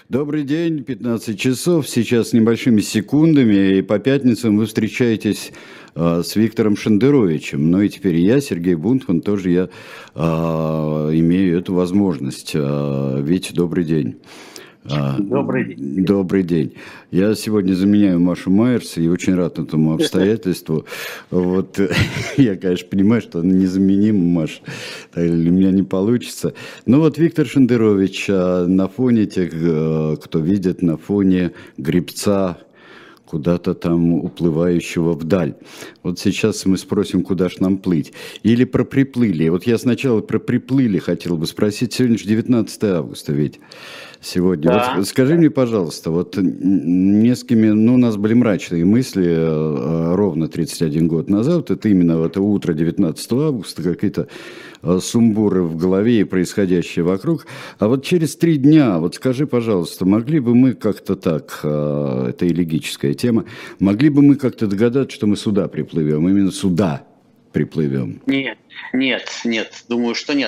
Добрый день, 15 часов, сейчас с небольшими секундами, и по пятницам вы встречаетесь с Виктором Шендеровичем. Ну и теперь я, Сергей Бунтман, тоже имею эту возможность. Витя, добрый день. Добрый день. Добрый день. Я сегодня заменяю Машу Майерс и очень рад этому обстоятельству. Вот я, конечно, понимаю, что он незаменим, Маш, у меня не получится. Но вот Виктор Шендерович на фоне тех, кто видит, на фоне гребца куда-то там уплывающего вдаль. Вот сейчас мы спросим, куда ж нам плыть. Или про приплыли. Вот я сначала про приплыли хотел бы спросить. Сегодня же 19 августа, ведь сегодня. Да. Вот скажи мне, пожалуйста, вот несколькими, у нас были мрачные мысли ровно 31 год назад. Это именно в это утро 19 августа, какие-то сумбуры в голове и происходящее вокруг. А вот через 3 дня, вот скажи, пожалуйста, могли бы мы как-то так, это элегическая тема, могли бы мы как-то догадаться, что мы сюда приплывем, именно сюда приплывем? Нет, думаю, что нет.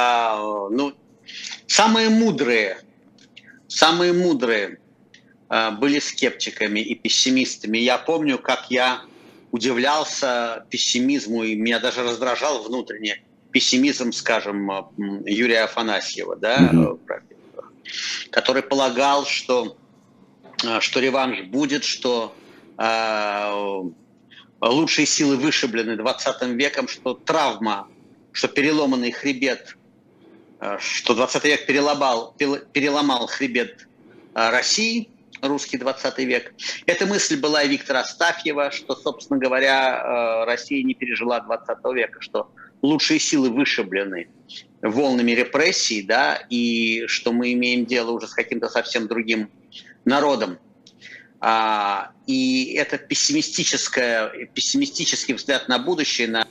Самые мудрые были скептиками и пессимистами. Я помню, как я удивлялся пессимизму, и меня даже раздражал внутренне пессимизм, скажем, Юрия Афанасьева, который полагал, что реванш будет, что лучшие силы вышиблены 20 веком, что травма, что переломанный хребет, что 20 век переломал хребет России, русский 20 век. Эта мысль была и Виктора Астафьева, что, собственно говоря, Россия не пережила 20 века, что лучшие силы вышиблены волнами репрессий, и что мы имеем дело уже с каким-то совсем другим народом. И это пессимистический взгляд на будущее,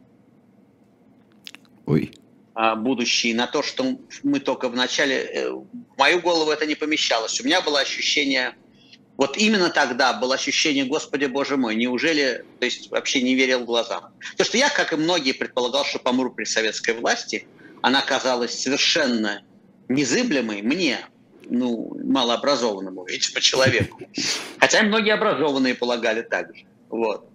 будущее, на то, что мы только в начале... В мою голову это не помещалось. У меня было ощущение... Вот именно тогда было ощущение, Господи, Боже мой, неужели... То есть вообще не верил глазам. Потому что я, как и многие, предполагал, что помру при советской власти. Она казалась совершенно незыблемой мне, малообразованному, видимо, человеку. Хотя многие образованные полагали так же. Вот.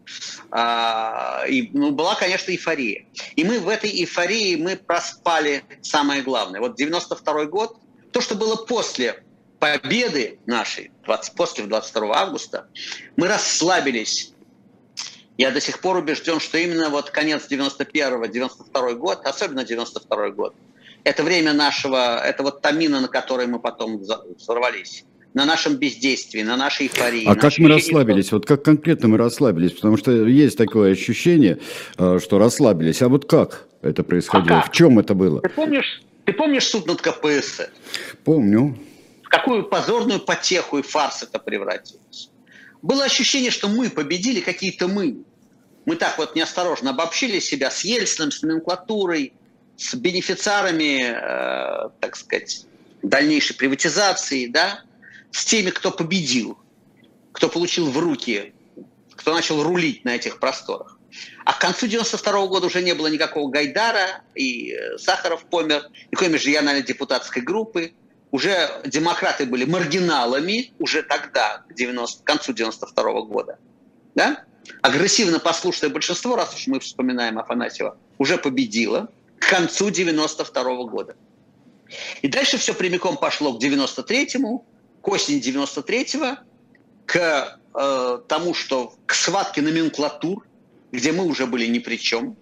Была, конечно, эйфория. И мы в этой эйфории мы проспали самое главное. Вот 92 год, то, что было после победы нашей, после 22 августа, мы расслабились. Я до сих пор убежден, что именно вот конец 91-го, 92 год, особенно 92 год, это время нашего, это вот та мина, на которой мы потом взорвались. На нашем бездействии, на нашей эйфории. А как мы расслабились? Вот как конкретно мы расслабились? Потому что есть такое ощущение, что расслабились. А вот как это происходило? В чем это было? Ты помнишь суд над КПСС? Помню. В какую позорную потеху и фарс это превратилось? Было ощущение, что мы победили, какие-то мы. Мы так вот неосторожно обобщили себя с Ельциным, с номенклатурой, с бенефициарами, так сказать, дальнейшей приватизации, с теми, кто победил, кто получил в руки, кто начал рулить на этих просторах. А к концу 92 года уже не было никакого Гайдара, и Сахаров помер, никакой межрегиональной депутатской группы. Уже демократы были маргиналами уже тогда, к концу 92 года. Агрессивно-послушное большинство, раз уж мы вспоминаем Афанасьева, уже победило к концу 92 года. И дальше все прямиком пошло к 93-му, к осени 93-го, к тому, что к схватке номенклатур, где мы уже были ни при чем.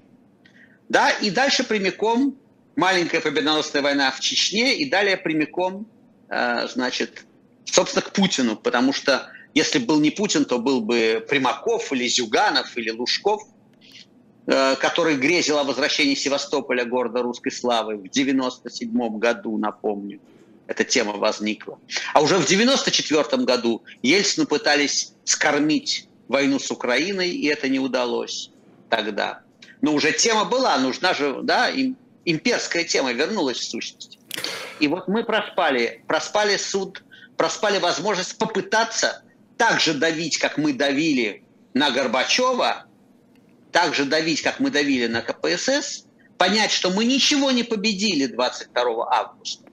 И дальше прямиком маленькая победоносная война в Чечне, и далее прямиком, собственно, к Путину, потому что если бы был не Путин, то был бы Примаков или Зюганов или Лужков, который грезил о возвращении Севастополя, города русской славы, в 97 году, напомню. Эта тема возникла. А уже в 94 году Ельцину пытались скормить войну с Украиной, и это не удалось тогда. Но уже тема была, нужна же, имперская тема вернулась в сущность. И вот мы проспали суд, проспали возможность попытаться так же давить, как мы давили на Горбачева, так же давить, как мы давили на КПСС, понять, что мы ничего не победили 22 августа.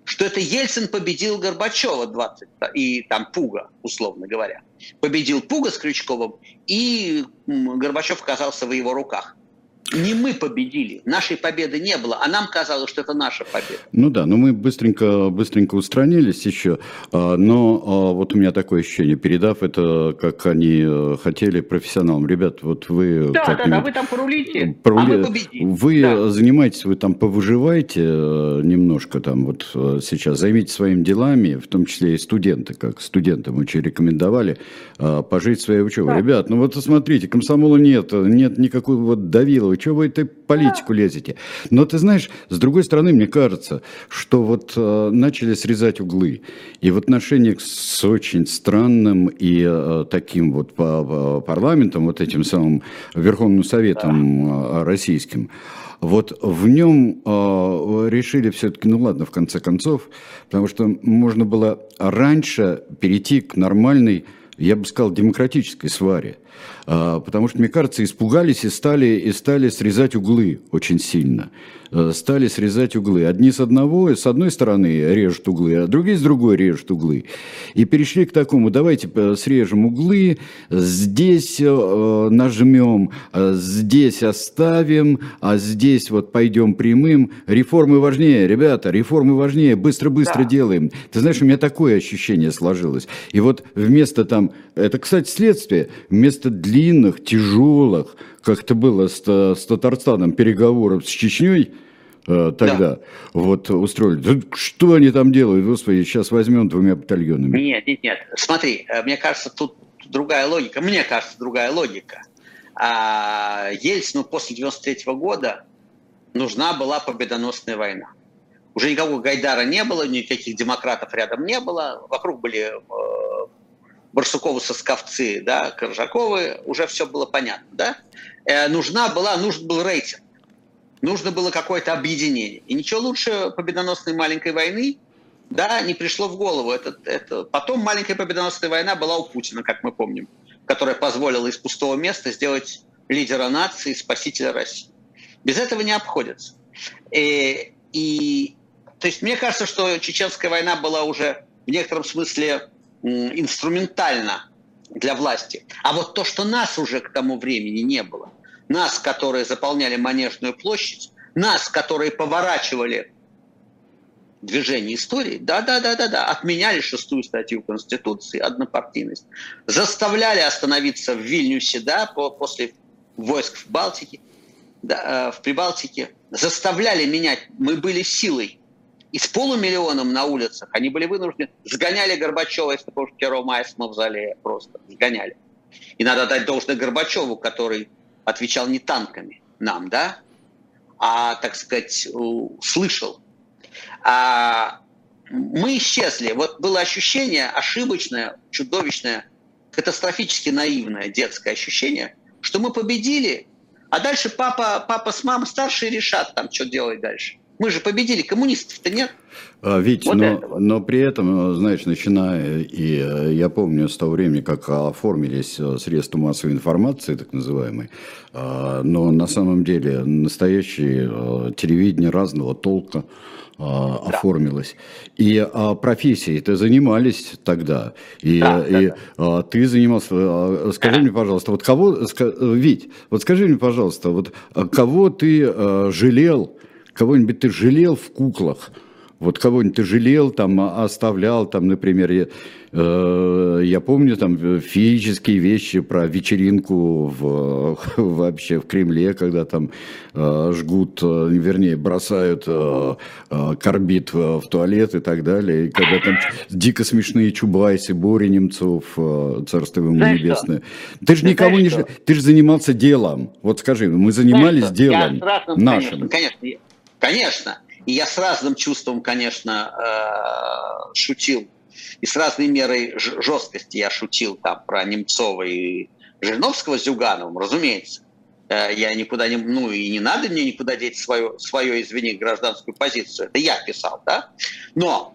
что это Ельцин победил Горбачева 20, и там Пуга, условно говоря. Победил Пуга с Крючковым, и Горбачев оказался в его руках. Не мы победили, нашей победы не было, а нам казалось, что это наша победа. Ну да, но мы быстренько устранились еще, но вот у меня такое ощущение, передав это, как они хотели, профессионалам. Ребят, вот вы... Да, вы там порулите, а мы победим. Вы занимаетесь, вы там повыживаете немножко там вот сейчас, займитесь своими делами, в том числе и студенты, как студентам очень рекомендовали пожить своей учебой. Да. Ребят, ну вот смотрите, комсомола нет никакой вот Давилова, чего вы этой политику лезете? Но ты знаешь, с другой стороны, мне кажется, что вот начали срезать углы. И в отношениях с очень странным и таким вот парламентом, вот этим самым Верховным Советом российским, вот в нем решили все-таки, ну ладно, в конце концов, потому что можно было раньше перейти к нормальной, я бы сказал, демократической сваре. Потому что, мне кажется, испугались и стали срезать углы очень сильно. Стали срезать углы. Одни с одной стороны режут углы, а другие с другой режут углы. И перешли к такому, давайте срежем углы, здесь нажмем, здесь оставим, а здесь вот пойдем прямым. Реформы важнее, ребята, реформы важнее, быстро-быстро делаем. Ты знаешь, у меня такое ощущение сложилось. И вот вместо там, это, кстати, следствие, вместо длинных, тяжелых, как это было с Татарстаном, переговоров с Чечней тогда, вот устроили. Да что они там делают, господи, сейчас возьмем 2 батальонами. Нет. Смотри, мне кажется, тут другая логика. Ельцину после 93 года нужна была победоносная война. Уже никакого Гайдара не было, никаких демократов рядом не было. Вокруг были Барсуковы, Сосковцы, да, Коржаковы, уже все было понятно, да? Нужен был рейтинг, нужно было какое-то объединение. И ничего лучше победоносной маленькой войны, да, не пришло в голову. Потом маленькая победоносная война была у Путина, как мы помним, которая позволила из пустого места сделать лидера нации, спасителя России. Без этого не обходится. То есть мне кажется, что Чеченская война была уже в некотором смысле инструментально для власти. А вот то, что нас уже к тому времени не было, нас, которые заполняли Манежную площадь, нас, которые поворачивали движение истории, да, отменяли 6-ю статью Конституции, однопартийность, заставляли остановиться в Вильнюсе, да, после войск в Балтике, да, в Прибалтике, заставляли менять, мы были силой. И с 500 000 на улицах они были вынуждены, сгоняли Горбачева из 1 мая с мавзолея, просто сгоняли. И надо дать должное Горбачеву, который отвечал не танками нам, да, а, так сказать, слышал. Мы исчезли. Вот было ощущение ошибочное, чудовищное, катастрофически наивное детское ощущение, что мы победили, а дальше папа с мамой старшие решат там, что делать дальше. Мы же победили, коммунистов-то нет. Вить, вот но при этом, знаешь, начиная, и я помню с того времени, как оформились средства массовой информации, так называемые, но на самом деле настоящее телевидение разного толка оформилось. И профессией-то занимались тогда. И ты занимался... Скажи мне, пожалуйста, вот Вить, вот скажи мне, пожалуйста, вот кого ты жалел, кого-нибудь ты жалел в куклах? Вот кого-нибудь ты жалел, там, оставлял, там, например, я помню там феерические вещи про вечеринку вообще в Кремле, когда там жгут, вернее, бросают карбид в туалет и так далее, и когда там дико смешные Чубайсы, Боря Немцов, царство ему небесное. Ты же никого не жалел, ты же занимался делом. Вот скажи, мы занимались делом нашим. Конечно. И я с разным чувством, конечно, шутил. И с разной мерой жесткости я шутил там про Немцова и Жириновского с Зюгановым, разумеется. Я никуда не... Ну и не надо мне никуда деть свою, извини, гражданскую позицию. Это я писал, да? Но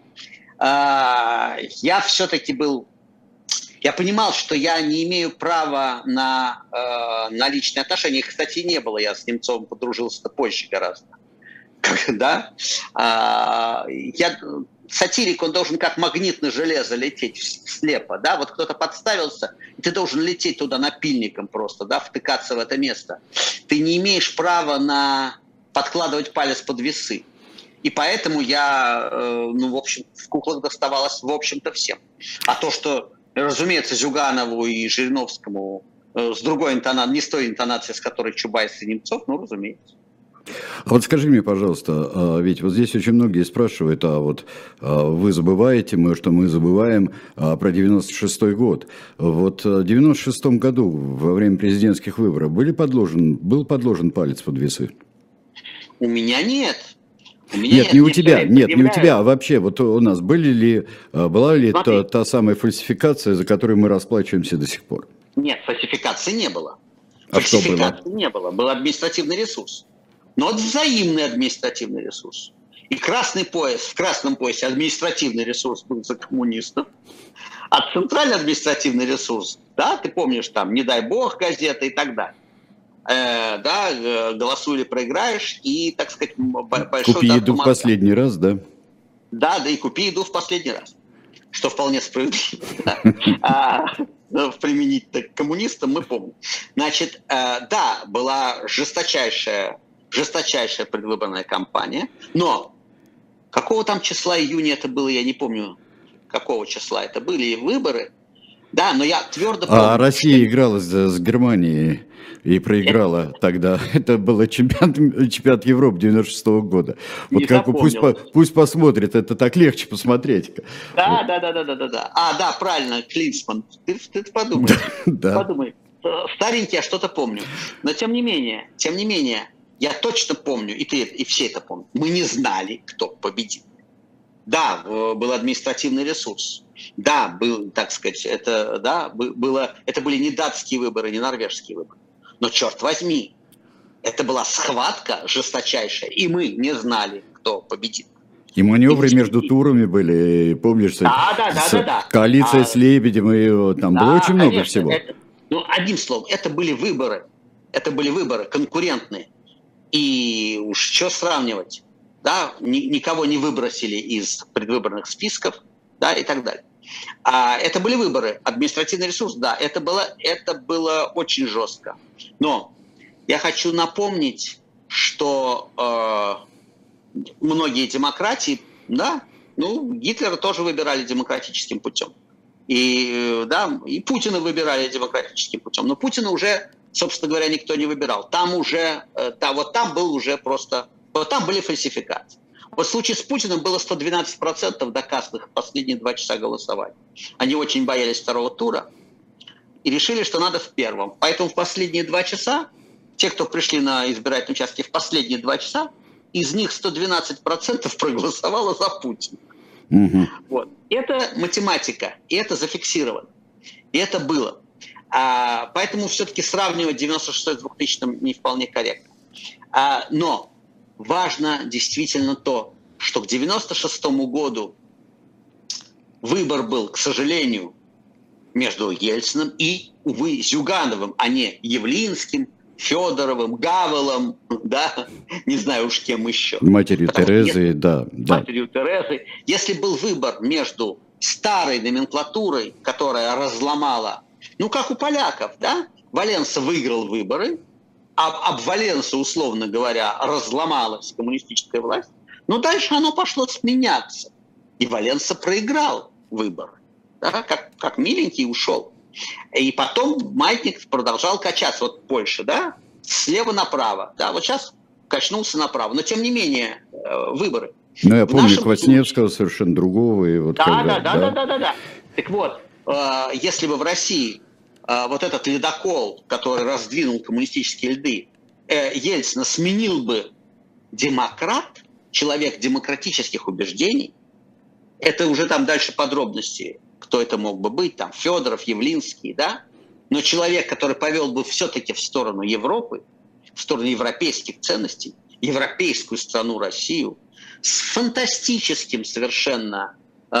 я все-таки был... Я понимал, что я не имею права на личные отношения. Их, кстати, не было. Я с Немцовым подружился позже гораздо. Да? сатирик, он должен как магнитное железо лететь слепо, да, вот кто-то подставился, и ты должен лететь туда напильником просто, да, втыкаться в это место. Ты не имеешь права подкладывать палец под весы. И поэтому я, в общем, в куклах доставалось, в общем-то, всем. А то, что, разумеется, Зюганову и Жириновскому с другой интонацией, не с той интонацией, с которой Чубайс и Немцов, разумеется. А вот скажи мне, пожалуйста, ведь вот здесь очень многие спрашивают, вы забываете, что мы забываем про 96-й год. Вот в 96-м году, во время президентских выборов, был подложен палец под весы? У меня нет. Нет, не у тебя, а вообще, вот у нас была ли та самая фальсификация, за которую мы расплачиваемся до сих пор? Нет, фальсификации не было. Фальсификации не было. Был административный ресурс. Но это взаимный административный ресурс. И в красном поясе административный ресурс был за коммунистов, а центральный административный ресурс, да, ты помнишь, там, не дай бог, газета и так далее. Голосуй или проиграешь, и, так сказать, большой... Купи еду в последний раз, да? Да, и купи еду в последний раз. Что вполне справедливо. Применить к коммунистам мы помним. Значит, да, была жесточайшая предвыборная кампания, но какого там числа июня это было, я не помню, какого числа это были выборы. Да, но я твердо помню. А Россия играла с Германией и проиграла тогда. Это был чемпионат Европы 96-го года. Вот как пусть посмотрит, это так легче посмотреть. Да. Да, правильно, Клинсман. Ты подумай. Подумай. Старенький, я что-то помню. Но тем не менее, я точно помню, и все это помнят. Мы не знали, кто победит. Да, был административный ресурс. Да, был, так сказать, это были не датские выборы, не норвежские выборы. Но, черт возьми, это была схватка жесточайшая, и мы не знали, кто победит. И маневры между турами были, помнишь, коалиция с Лебедем, и там было очень много всего. Одним словом, это были выборы конкурентные. И уж что сравнивать, да, никого не выбросили из предвыборных списков, да, и так далее. Это были выборы, административный ресурс, да, это было очень жестко. Но я хочу напомнить, что многие демократии, да, Гитлера тоже выбирали демократическим путем. И Путина выбирали демократическим путем. Но Путина уже, собственно говоря, никто не выбирал. Там были фальсификации. Вот в случае с Путиным было 112% доказанных в последние 2 часа голосования. Они очень боялись второго тура и решили, что надо в первом. Поэтому в последние 2 часа, те, кто пришли на избирательные участки в последние 2 часа, из них 112% проголосовало за Путина. Угу. Вот. Это математика, и это зафиксировано. И это было. Поэтому все-таки сравнивать 96-й с 2000-м не вполне корректно. Но важно действительно то, что к 96-му году выбор был, к сожалению, между Ельциным и, увы, Зюгановым, а не Явлинским, Федоровым, Гавелом, да, не знаю уж кем еще. Матерью Терезы, да. Матерью Терезы. Если был выбор между старой номенклатурой, которая разломала, как у поляков, да, Валенса выиграл выборы, об Валенса, условно говоря, разломалась коммунистическая власть, дальше оно пошло сменяться. И Валенса проиграл выборы, да, как миленький ушел. И потом маятник продолжал качаться. Вот Польша, да, слева направо. Да, вот сейчас качнулся направо. Но тем не менее, выборы. Я помню Квасневского, совершенно другого. И вот да. Так вот, если бы в России вот этот ледокол, который раздвинул коммунистические льды, Ельцина сменил бы демократ, человек демократических убеждений, это уже там дальше подробности, кто это мог бы быть, там Федоров, Явлинский, да, но человек, который повел бы все-таки в сторону Европы, в сторону европейских ценностей, европейскую страну Россию, с фантастическим совершенно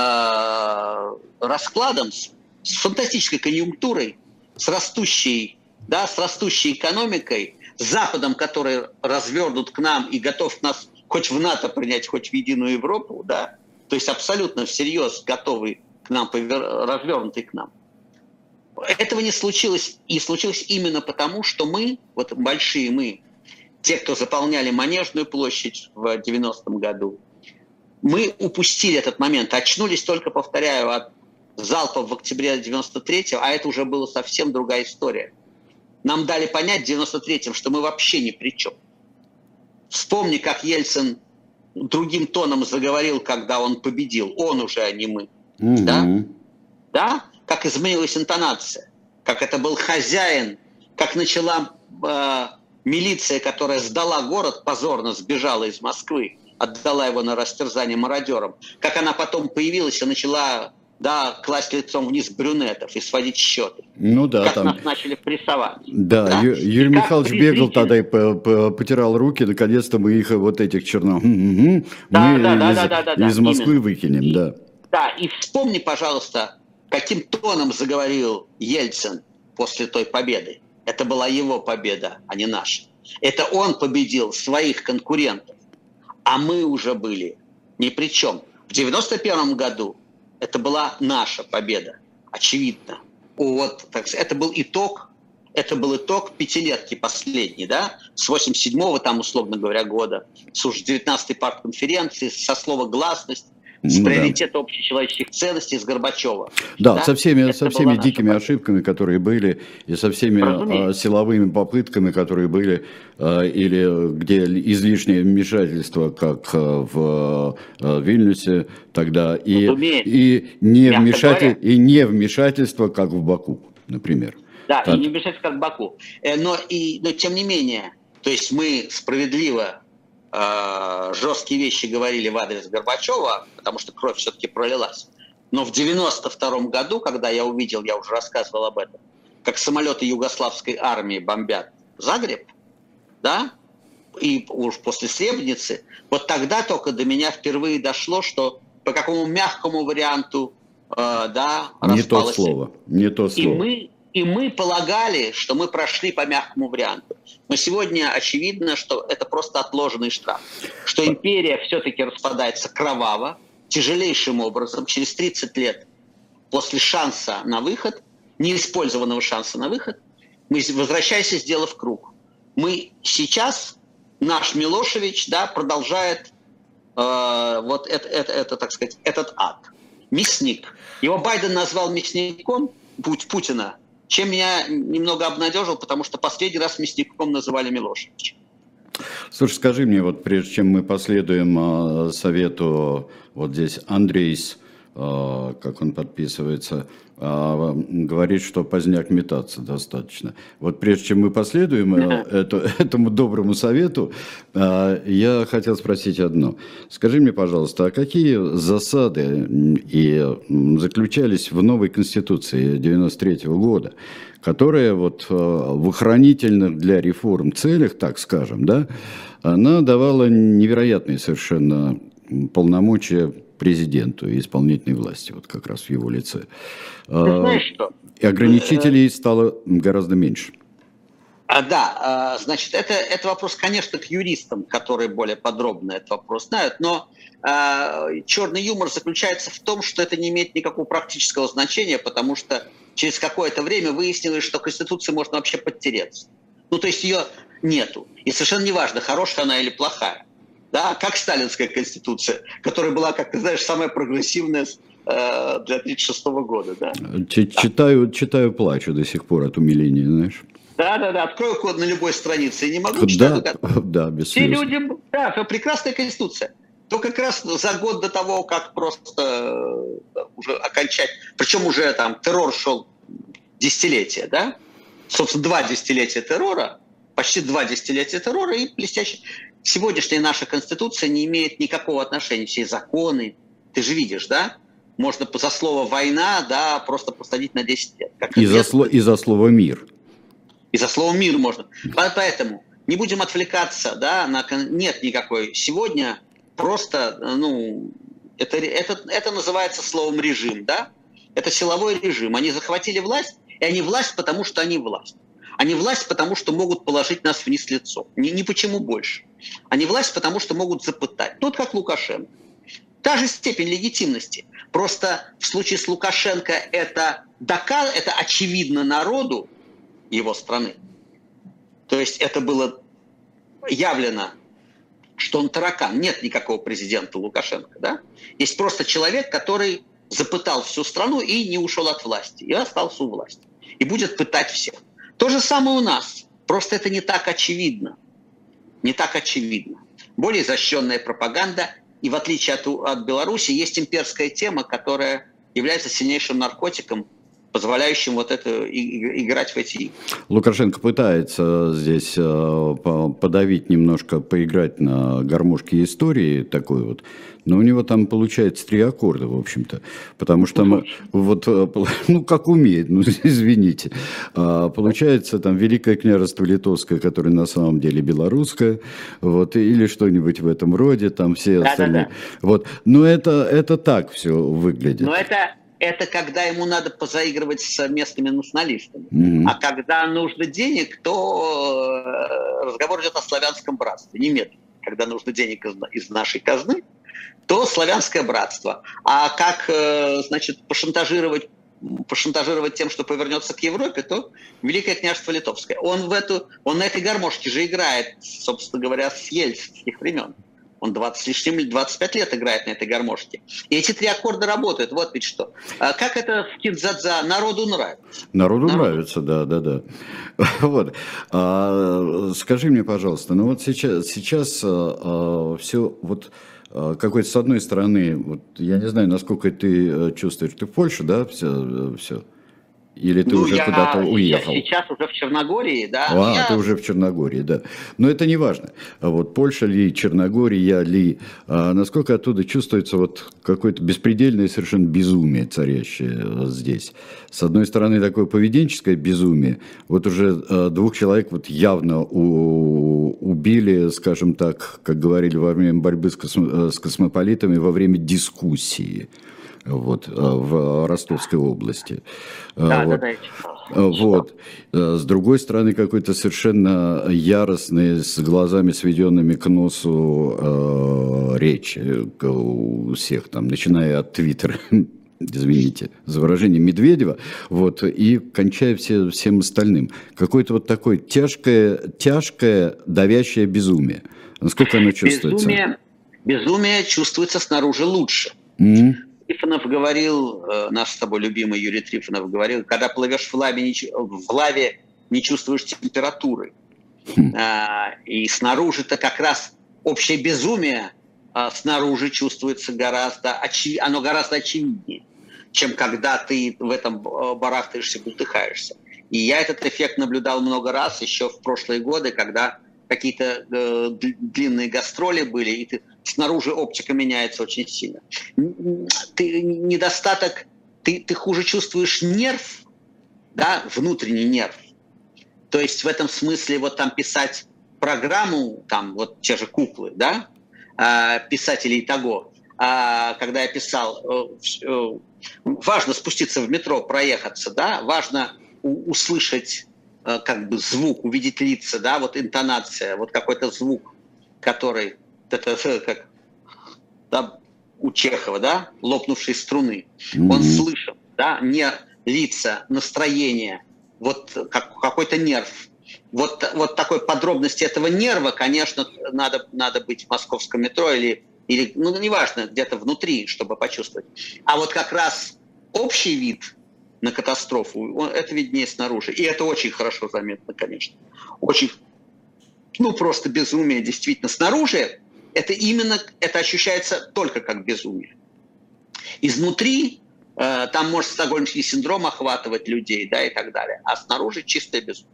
раскладом, с фантастической конъюнктурой, с растущей экономикой, с Западом, который развернут к нам и готов нас хоть в НАТО принять, хоть в единую Европу, да, то есть абсолютно всерьез готовый к нам, развернутый к нам. Этого не случилось, и случилось именно потому, что мы, вот большие мы, те, кто заполняли Манежную площадь в 90-м году, мы упустили этот момент, очнулись только, повторяю, от залпов в октябре 93-го, а это уже была совсем другая история. Нам дали понять в 93-м, что мы вообще ни при чем. Вспомни, как Ельцин другим тоном заговорил, когда он победил. Он уже, а не мы. Да? Как изменилась интонация. Как это был хозяин. Как начала милиция, которая сдала город, позорно сбежала из Москвы, отдала его на растерзание мародерам. Как она потом появилась и начала класть лицом вниз брюнетов и сводить счеты. Ну да, как там... нас начали прессовать. Да, Юрий Михайлович бегал тогда и потирал руки, наконец-то мы их, вот этих черных, мы из Москвы выкинем, да. Да, и вспомни, пожалуйста, каким тоном заговорил Ельцин после той победы. Это была его победа, а не наша. Это он победил своих конкурентов, а мы уже были ни при чем. В 91 году это была наша победа, очевидно. Вот, так сказать, это был итог пятилетки последней, да, с 87-го, там, условно говоря, года, с уж 19-й партконференции, со слова «гласность», с приоритета общечеловеческих ценностей, с Горбачева. Да, со всеми дикими ошибками, которые были, и со всеми силовыми попытками, которые были, или где излишнее вмешательство, как в Вильнюсе тогда, и не вмешательство, как в Баку, например. Да, так. И не вмешательство, как в Баку. Но тем не менее, то есть мы справедливо жесткие вещи говорили в адрес Горбачева, потому что кровь все-таки пролилась. Но в 92-м году, когда я увидел, я уже рассказывал об этом, как самолеты югославской армии бомбят Загреб, да, и уж после Сребреницы, вот тогда только до меня впервые дошло, что по какому мягкому варианту, распалось. Не то слово. И мы полагали, что мы прошли по мягкому варианту. Но сегодня очевидно, что это просто отложенный штраф. Что империя все-таки распадается кроваво, тяжелейшим образом, через 30 лет после шанса на выход, неиспользованного шанса на выход, мы возвращаемся, сделав круг. Мы сейчас, наш Милошевич, продолжает так сказать, этот ад. Мясник. Его Байден назвал мясником Путина, чем меня немного обнадежил, потому что последний раз мясником называли Милошевича. Слушай, скажи мне, вот прежде чем мы последуем совету, вот здесь Андрейс, как он подписывается, говорит, что поздняк метаться достаточно. Вот прежде чем мы последуем этому доброму совету, я хотел спросить одно. Скажи мне, пожалуйста, а какие засады заключались в новой Конституции 93 года, которая вот в охранительных для реформ целях, так скажем, да, она давала невероятные совершенно полномочия президенту и исполнительной власти, вот как раз в его лице. Ты знаешь что? И ограничителей стало гораздо меньше. Значит, это вопрос, конечно, к юристам, которые более подробно этот вопрос знают, но черный юмор заключается в том, что это не имеет никакого практического значения, потому что через какое-то время выяснилось, что Конституции можно вообще подтереться. Ну, то есть ее нету. И совершенно неважно, хорошая она или плохая. Да, как сталинская конституция, которая была, как ты знаешь, самая прогрессивная для 1936 года. Да. Читаю, плачу до сих пор от умиления, знаешь. Да, открою код на любой странице и не могу читать. Да, без все люди, прекрасная конституция. То как раз за год до того, как просто уже окончать, причем уже там террор шел десятилетия, да? Собственно, 2 десятилетия террора, почти 2 десятилетия террора и блестящий. Сегодняшняя наша Конституция не имеет никакого отношения. Все законы, ты же видишь, да? Можно за слово «война», да, просто посадить на 10 лет. И за слово «мир». И за слово «мир» можно. Поэтому не будем отвлекаться, да, нет никакой. Сегодня просто, это называется словом «режим», да? Это силовой режим. Они захватили власть, и они власть, потому что они власть. Они власть, потому что могут положить нас вниз лицом. Ни почему больше. Они власть, потому что могут запытать. Ну, вот как Лукашенко. Та же степень легитимности. Просто в случае с Лукашенко это очевидно народу его страны. То есть это было явлено, что он таракан. Нет никакого президента Лукашенко. Да? Есть просто человек, который запытал всю страну и не ушел от власти. И остался у власти. И будет пытать всех. То же самое у нас. Просто это не так очевидно. Не так очевидно. Более изощренная пропаганда. И в отличие от Беларуси, есть имперская тема, которая является сильнейшим наркотиком, позволяющим вот это играть в эти игры. Лукашенко пытается здесь подавить немножко, поиграть на гармошке истории такой вот, но у него там получается 3 аккорда, в общем-то, потому что вот, ну, как умеет, ну, извините, получается там Великое княжество Литовское, которое на самом деле белорусское, вот, или что-нибудь в этом роде, там все остальные, вот, но это так все выглядит. Но это когда ему надо позаигрывать с местными националистами. А когда нужно денег, то разговор идет о славянском братстве, немедленно. Когда нужно денег из нашей казны, то славянское братство. А как, значит, пошантажировать тем, что повернется к Европе, то Великое княжество Литовское. Он на этой гармошке же играет, собственно говоря, с ельцинских времен. Он 20 с лишним, 25 лет играет на этой гармошке. И эти 3 аккорда работают. Вот ведь что. Как это в Кидзадза? Народу нравится. Народу нравится, да. Вот. Скажи мне, пожалуйста, ну вот сейчас все вот какой-то с одной стороны, вот я не знаю, насколько ты чувствуешь, ты в Польше, да, все? Или ты уже куда-то уехал? Я сейчас уже в Черногории, да. Ты уже в Черногории, да. Но это не важно. Вот Польша ли, Черногория ли, насколько оттуда чувствуется вот какое-то беспредельное совершенно безумие, царящее здесь. С одной стороны, такое поведенческое безумие. Вот уже 2 человек вот явно убили, скажем так, как говорили во время борьбы с космополитами, во время дискуссии. Вот, в Ростовской области. Вот. С другой стороны, какой-то совершенно яростный, с глазами сведенными к носу речь у всех, там, начиная от Твиттера, извините за выражение, Медведева, вот, и кончая всем остальным. Какое-то вот такое тяжкое, давящее безумие. Насколько оно чувствуется? Безумие чувствуется снаружи лучше. Трифонов говорил, наш с тобой любимый Юрий Трифонов говорил, когда плывешь в лаве не чувствуешь температуры. И снаружи-то как раз общее безумие снаружи чувствуется оно гораздо очевиднее, чем когда ты в этом барахтаешься, бултыхаешься. И я этот эффект наблюдал много раз еще в прошлые годы, когда какие-то длинные гастроли были, и снаружи оптика меняется очень сильно. Ты хуже чувствуешь нерв, да, внутренний нерв. То есть в этом смысле вот там писать программу, там вот те же куклы, да, писателей того, когда я писал, важно спуститься в метро, проехаться, да, важно услышать как бы звук, увидеть лица, да, вот интонация, вот какой-то звук, который, это как да, у Чехова, да, лопнувшей струны. Он слышит, да, не лица, настроение, вот какой-то нерв. Вот такой подробности этого нерва, конечно, надо быть в московском метро или ну, неважно, где-то внутри, чтобы почувствовать. А вот как раз общий вид на катастрофу, это виднее снаружи. И это очень хорошо заметно, конечно. Очень, ну, просто безумие, действительно. Снаружи это ощущается только как безумие. Изнутри там может стокгольмский синдром охватывать людей, да, и так далее. А снаружи чистое безумие.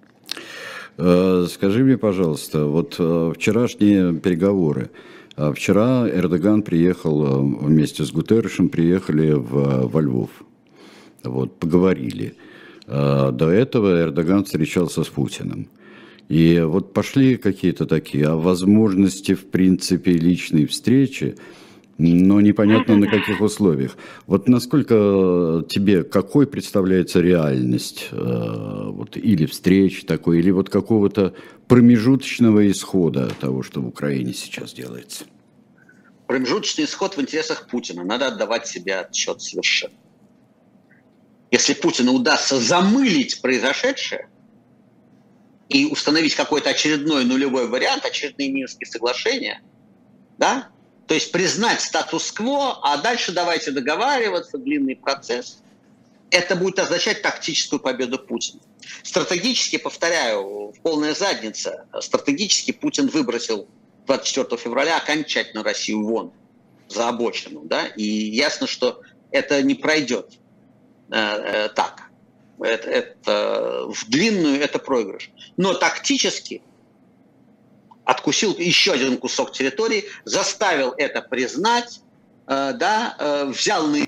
Скажи мне, пожалуйста, вот вчерашние переговоры. Вчера Эрдоган приехал вместе с Гутерришем, приехали во Львов. Вот, поговорили. До этого Эрдоган встречался с Путиным. И вот пошли какие-то такие возможности, в принципе, личной встречи, но непонятно на каких условиях. Вот насколько тебе, какой представляется реальность вот, или встреч такой, или вот какого-то промежуточного исхода того, что в Украине сейчас делается? промежуточный исход в интересах Путина. Надо отдавать себе отчет совершенно. Если Путину удастся замылить произошедшее и установить какой-то очередной нулевой вариант, очередные Минские соглашения, да, то есть признать статус-кво, а дальше давайте договариваться, длинный процесс, это будет означать тактическую победу Путина. Стратегически, повторяю, полная задница, стратегически Путин выбросил 24 февраля окончательно Россию вон, за обочину, да, и ясно, что это не пройдет так. Это в длинную это проигрыш. Но тактически откусил еще один кусок территории, заставил это признать, взял на...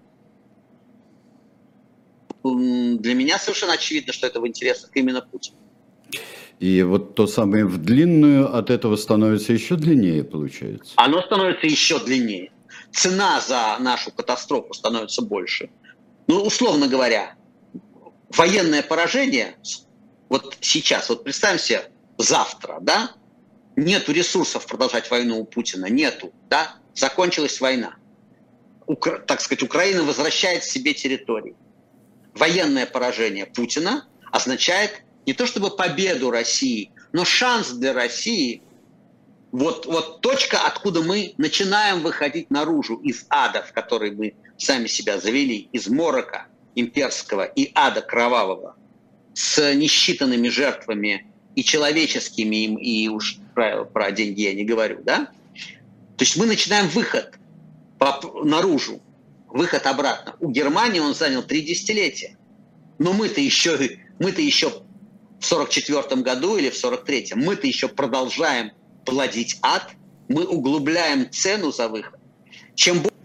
Для меня совершенно очевидно, что это в интересах именно Путина. И вот то самое в длинную от этого становится еще длиннее, получается? Оно становится еще длиннее. Цена за нашу катастрофу становится больше. Ну, условно говоря, военное поражение, вот сейчас, вот представим себе, завтра, да, нету ресурсов продолжать войну у Путина, нету, да, закончилась война. Так сказать, Украина возвращает себе территории. Военное поражение Путина означает не то чтобы победу России, но шанс для России, вот точка, откуда мы начинаем выходить наружу из ада, в который мы сами себя завели, из морока имперского и ада кровавого, с несчитанными жертвами и человеческими, и уж про деньги я не говорю, да? То есть мы начинаем выход наружу, выход обратно. У Германии он занял 3 десятилетия. Но мы-то еще в 44-м году или в 43-м, мы-то еще продолжаем плодить ад, мы углубляем цену за выход. Чем больше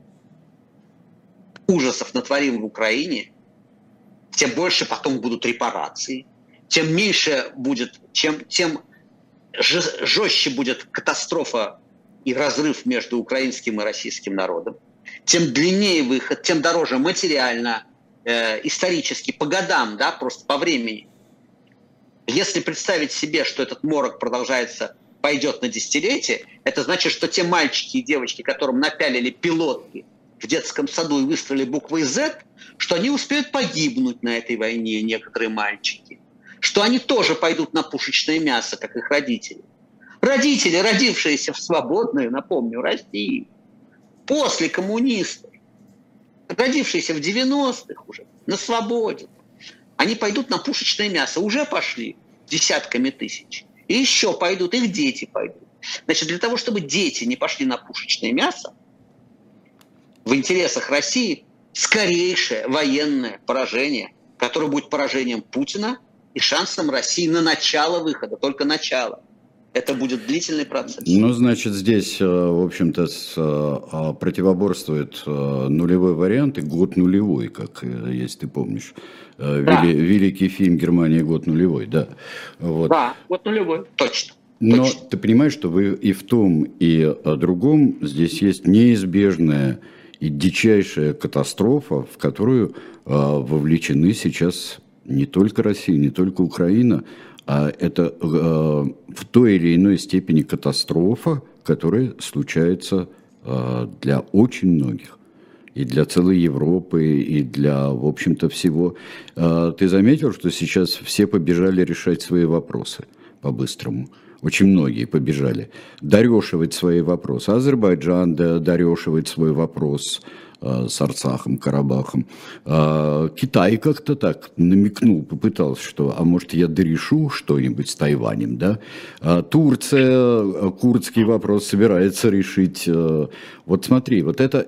ужасов натворим в Украине, тем больше потом будут репарации, тем меньше будет, тем жестче будет катастрофа и разрыв между украинским и российским народом, тем длиннее выход, тем дороже материально, исторически, по годам, да, просто по времени. Если представить себе, что этот морок продолжается, пойдет на десятилетие, это значит, что те мальчики и девочки, которым напялили пилотки в детском саду и выстроили буквой Z, что они успеют погибнуть на этой войне, некоторые мальчики, что они тоже пойдут на пушечное мясо, как их родители. Родители, родившиеся в свободной, напомню, России, после коммунистов, родившиеся в 90-х уже, на свободе, они пойдут на пушечное мясо, уже пошли десятками тысяч. И еще пойдут, их дети пойдут. Значит, для того, чтобы дети не пошли на пушечное мясо, в интересах России скорейшее военное поражение, которое будет поражением Путина и шансом России на начало выхода, только начало. Это будет длительный процесс. Ну, значит, здесь, в общем-то, противоборствует нулевой вариант и год нулевой, как, если ты помнишь. Да. Великий фильм «Германия. Год нулевой», да. Вот. Да, год нулевой, точно. Но точно. Ты понимаешь, что вы и в том, и о другом здесь есть неизбежная и дичайшая катастрофа, в которую вовлечены сейчас не только Россия, не только Украина, а это в той или иной степени катастрофа, которая случается для очень многих. И для целой Европы, и для, в общем-то, всего. Ты заметил, что сейчас все побежали решать свои вопросы по-быстрому? Очень многие побежали дорешивать свои вопросы. Азербайджан дорешивает свой вопрос с Арцахом, Карабахом. Китай как-то так намекнул, попытался, что, а может, я дорешу что-нибудь с Тайванем, да? Турция курдский вопрос собирается решить. Вот смотри, вот это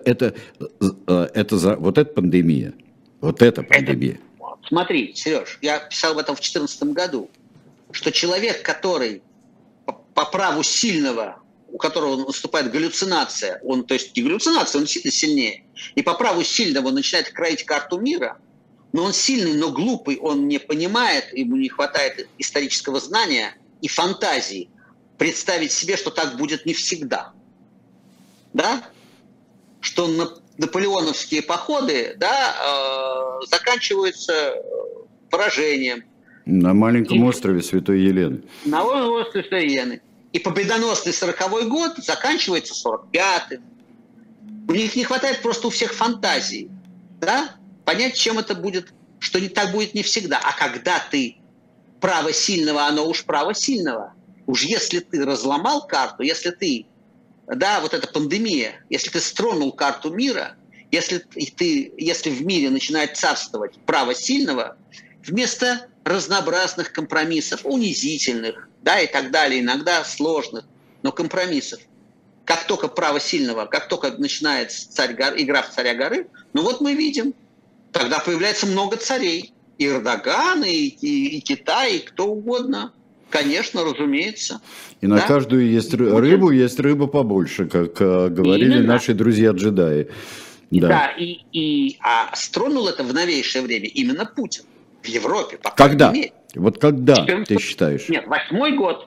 пандемия. Вот это пандемия. Смотри, Сереж, я писал об этом в 2014 году, что человек, который по праву сильного, у которого наступает галлюцинация, то есть не галлюцинация, он действительно сильнее, и по праву сильного он начинает кроить карту мира, но он сильный, но глупый, он не понимает, ему не хватает исторического знания и фантазии представить себе, что так будет не всегда. Да? Что наполеоновские походы, да, заканчиваются поражением. На маленьком острове Святой Елены. На острове Святой Елены. И победоносный 40-й год заканчивается 45-м. У них не хватает просто у всех фантазии, да? Понять, чем это будет, что не так будет не всегда. А когда ты право сильного, оно уж право сильного. Уж если ты разломал карту, если ты, да, вот эта пандемия, если ты стронул карту мира, если в мире начинает царствовать право сильного, вместо разнообразных компромиссов, унизительных, да, и так далее, иногда сложных, но компромиссов. Как только право сильного, как только начинается игра в царя горы, ну вот мы видим, тогда появляется много царей. И Эрдоган, и Китай, и кто угодно. Конечно, разумеется. И на каждую есть рыба побольше, как говорили наши друзья-джедаи. Да, а стронул это в новейшее время именно Путин. В Европе. Когда? Вот когда, ты считаешь? Нет, 8-й год.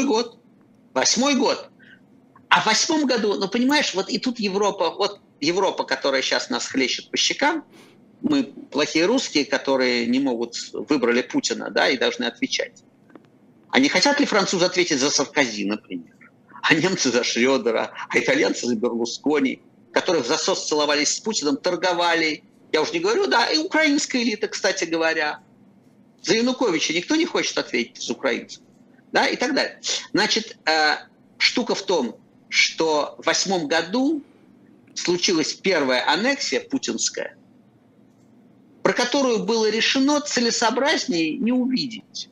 А в 8-м году, ну понимаешь, вот и тут Европа, которая сейчас нас хлещет по щекам, мы плохие русские, которые не могут, выбрали Путина, да, и должны отвечать. А не хотят ли французы ответить за Саркози, например? А немцы за Шрёдера, а итальянцы за Берлускони, которые в засос целовались с Путиным, торговали. Я уже не говорю, да, и украинская элита, кстати говоря. За Януковича никто не хочет ответить из украинцев, да, и так далее. Значит, штука в том, что в 8-м году случилась первая аннексия путинская, про которую было решено целесообразнее не увидеть.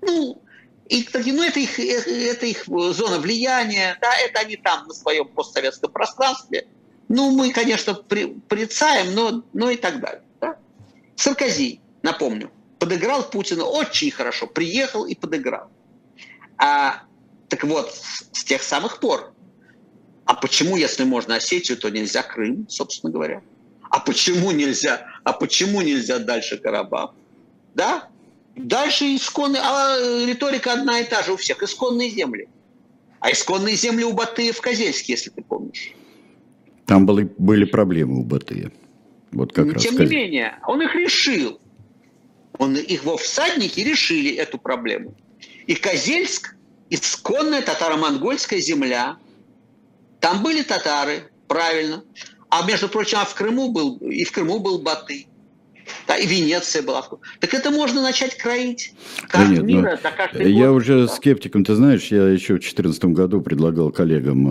Это их зона влияния, да, это они там на своем постсоветском пространстве. Мы, конечно, порицаем, но и так далее. Да? Саркози, напомню, подыграл Путину очень хорошо, приехал и подыграл. Так вот, с тех самых пор. А почему, если можно Осетию, то нельзя Крым, собственно говоря? А почему нельзя дальше Карабах? Да? Дальше исконные, риторика одна и та же у всех, исконные земли. А исконные земли у Батыя в Козельске, если ты помнишь. Там были проблемы у Батыя. Вот как раз. Тем не менее, он их решил. Его всадники решили эту проблему. И Козельск, исконная татаро-монгольская земля. Там были татары, правильно. А между прочим, в Крыму был Батый. Да, и Венеция была. Так это можно начать кроить. Я уже скептиком, ты знаешь, я еще в 2014 году предлагал коллегам,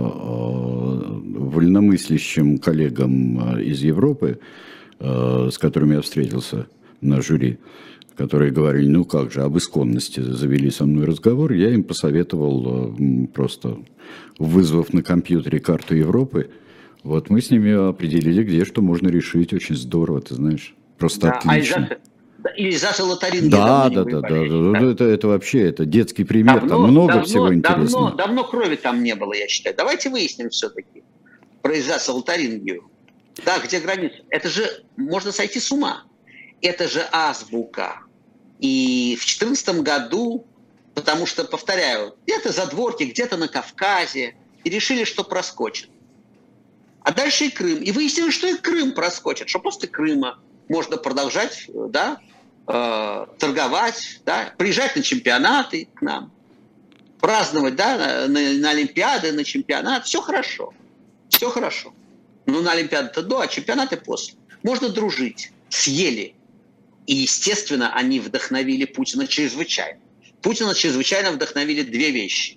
вольномыслящим коллегам из Европы, с которыми я встретился на жюри, которые говорили, об исконности завели со мной разговор, я им посоветовал, просто вызвав на компьютере карту Европы, вот мы с ними определили, где что можно решить. Очень здорово, ты знаешь. Просто отлично. Ильзас и Лотарингия. Да. Это вообще это детский пример. Там много всего интересного. Давно крови там не было, я считаю. Давайте выясним все-таки про Ильзас и Лотарингию. Да, где граница? Это же можно сойти с ума. Это же азбука. И в 2014 году, потому что, повторяю, где-то задворки, где-то на Кавказе, и решили, что проскочит. А дальше и Крым. И выяснилось, что и Крым проскочит, что после Крыма можно продолжать, да, торговать, да, приезжать на чемпионаты к нам, праздновать, да, на Олимпиады, на чемпионат. Все хорошо. На Олимпиады-то до, а чемпионаты после. Можно дружить. Съели. И, естественно, они вдохновили Путина чрезвычайно. Путина чрезвычайно вдохновили две вещи.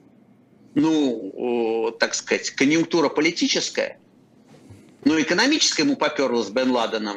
Так сказать, конъюнктура политическая, экономическая ему поперлась с Бен Ладеном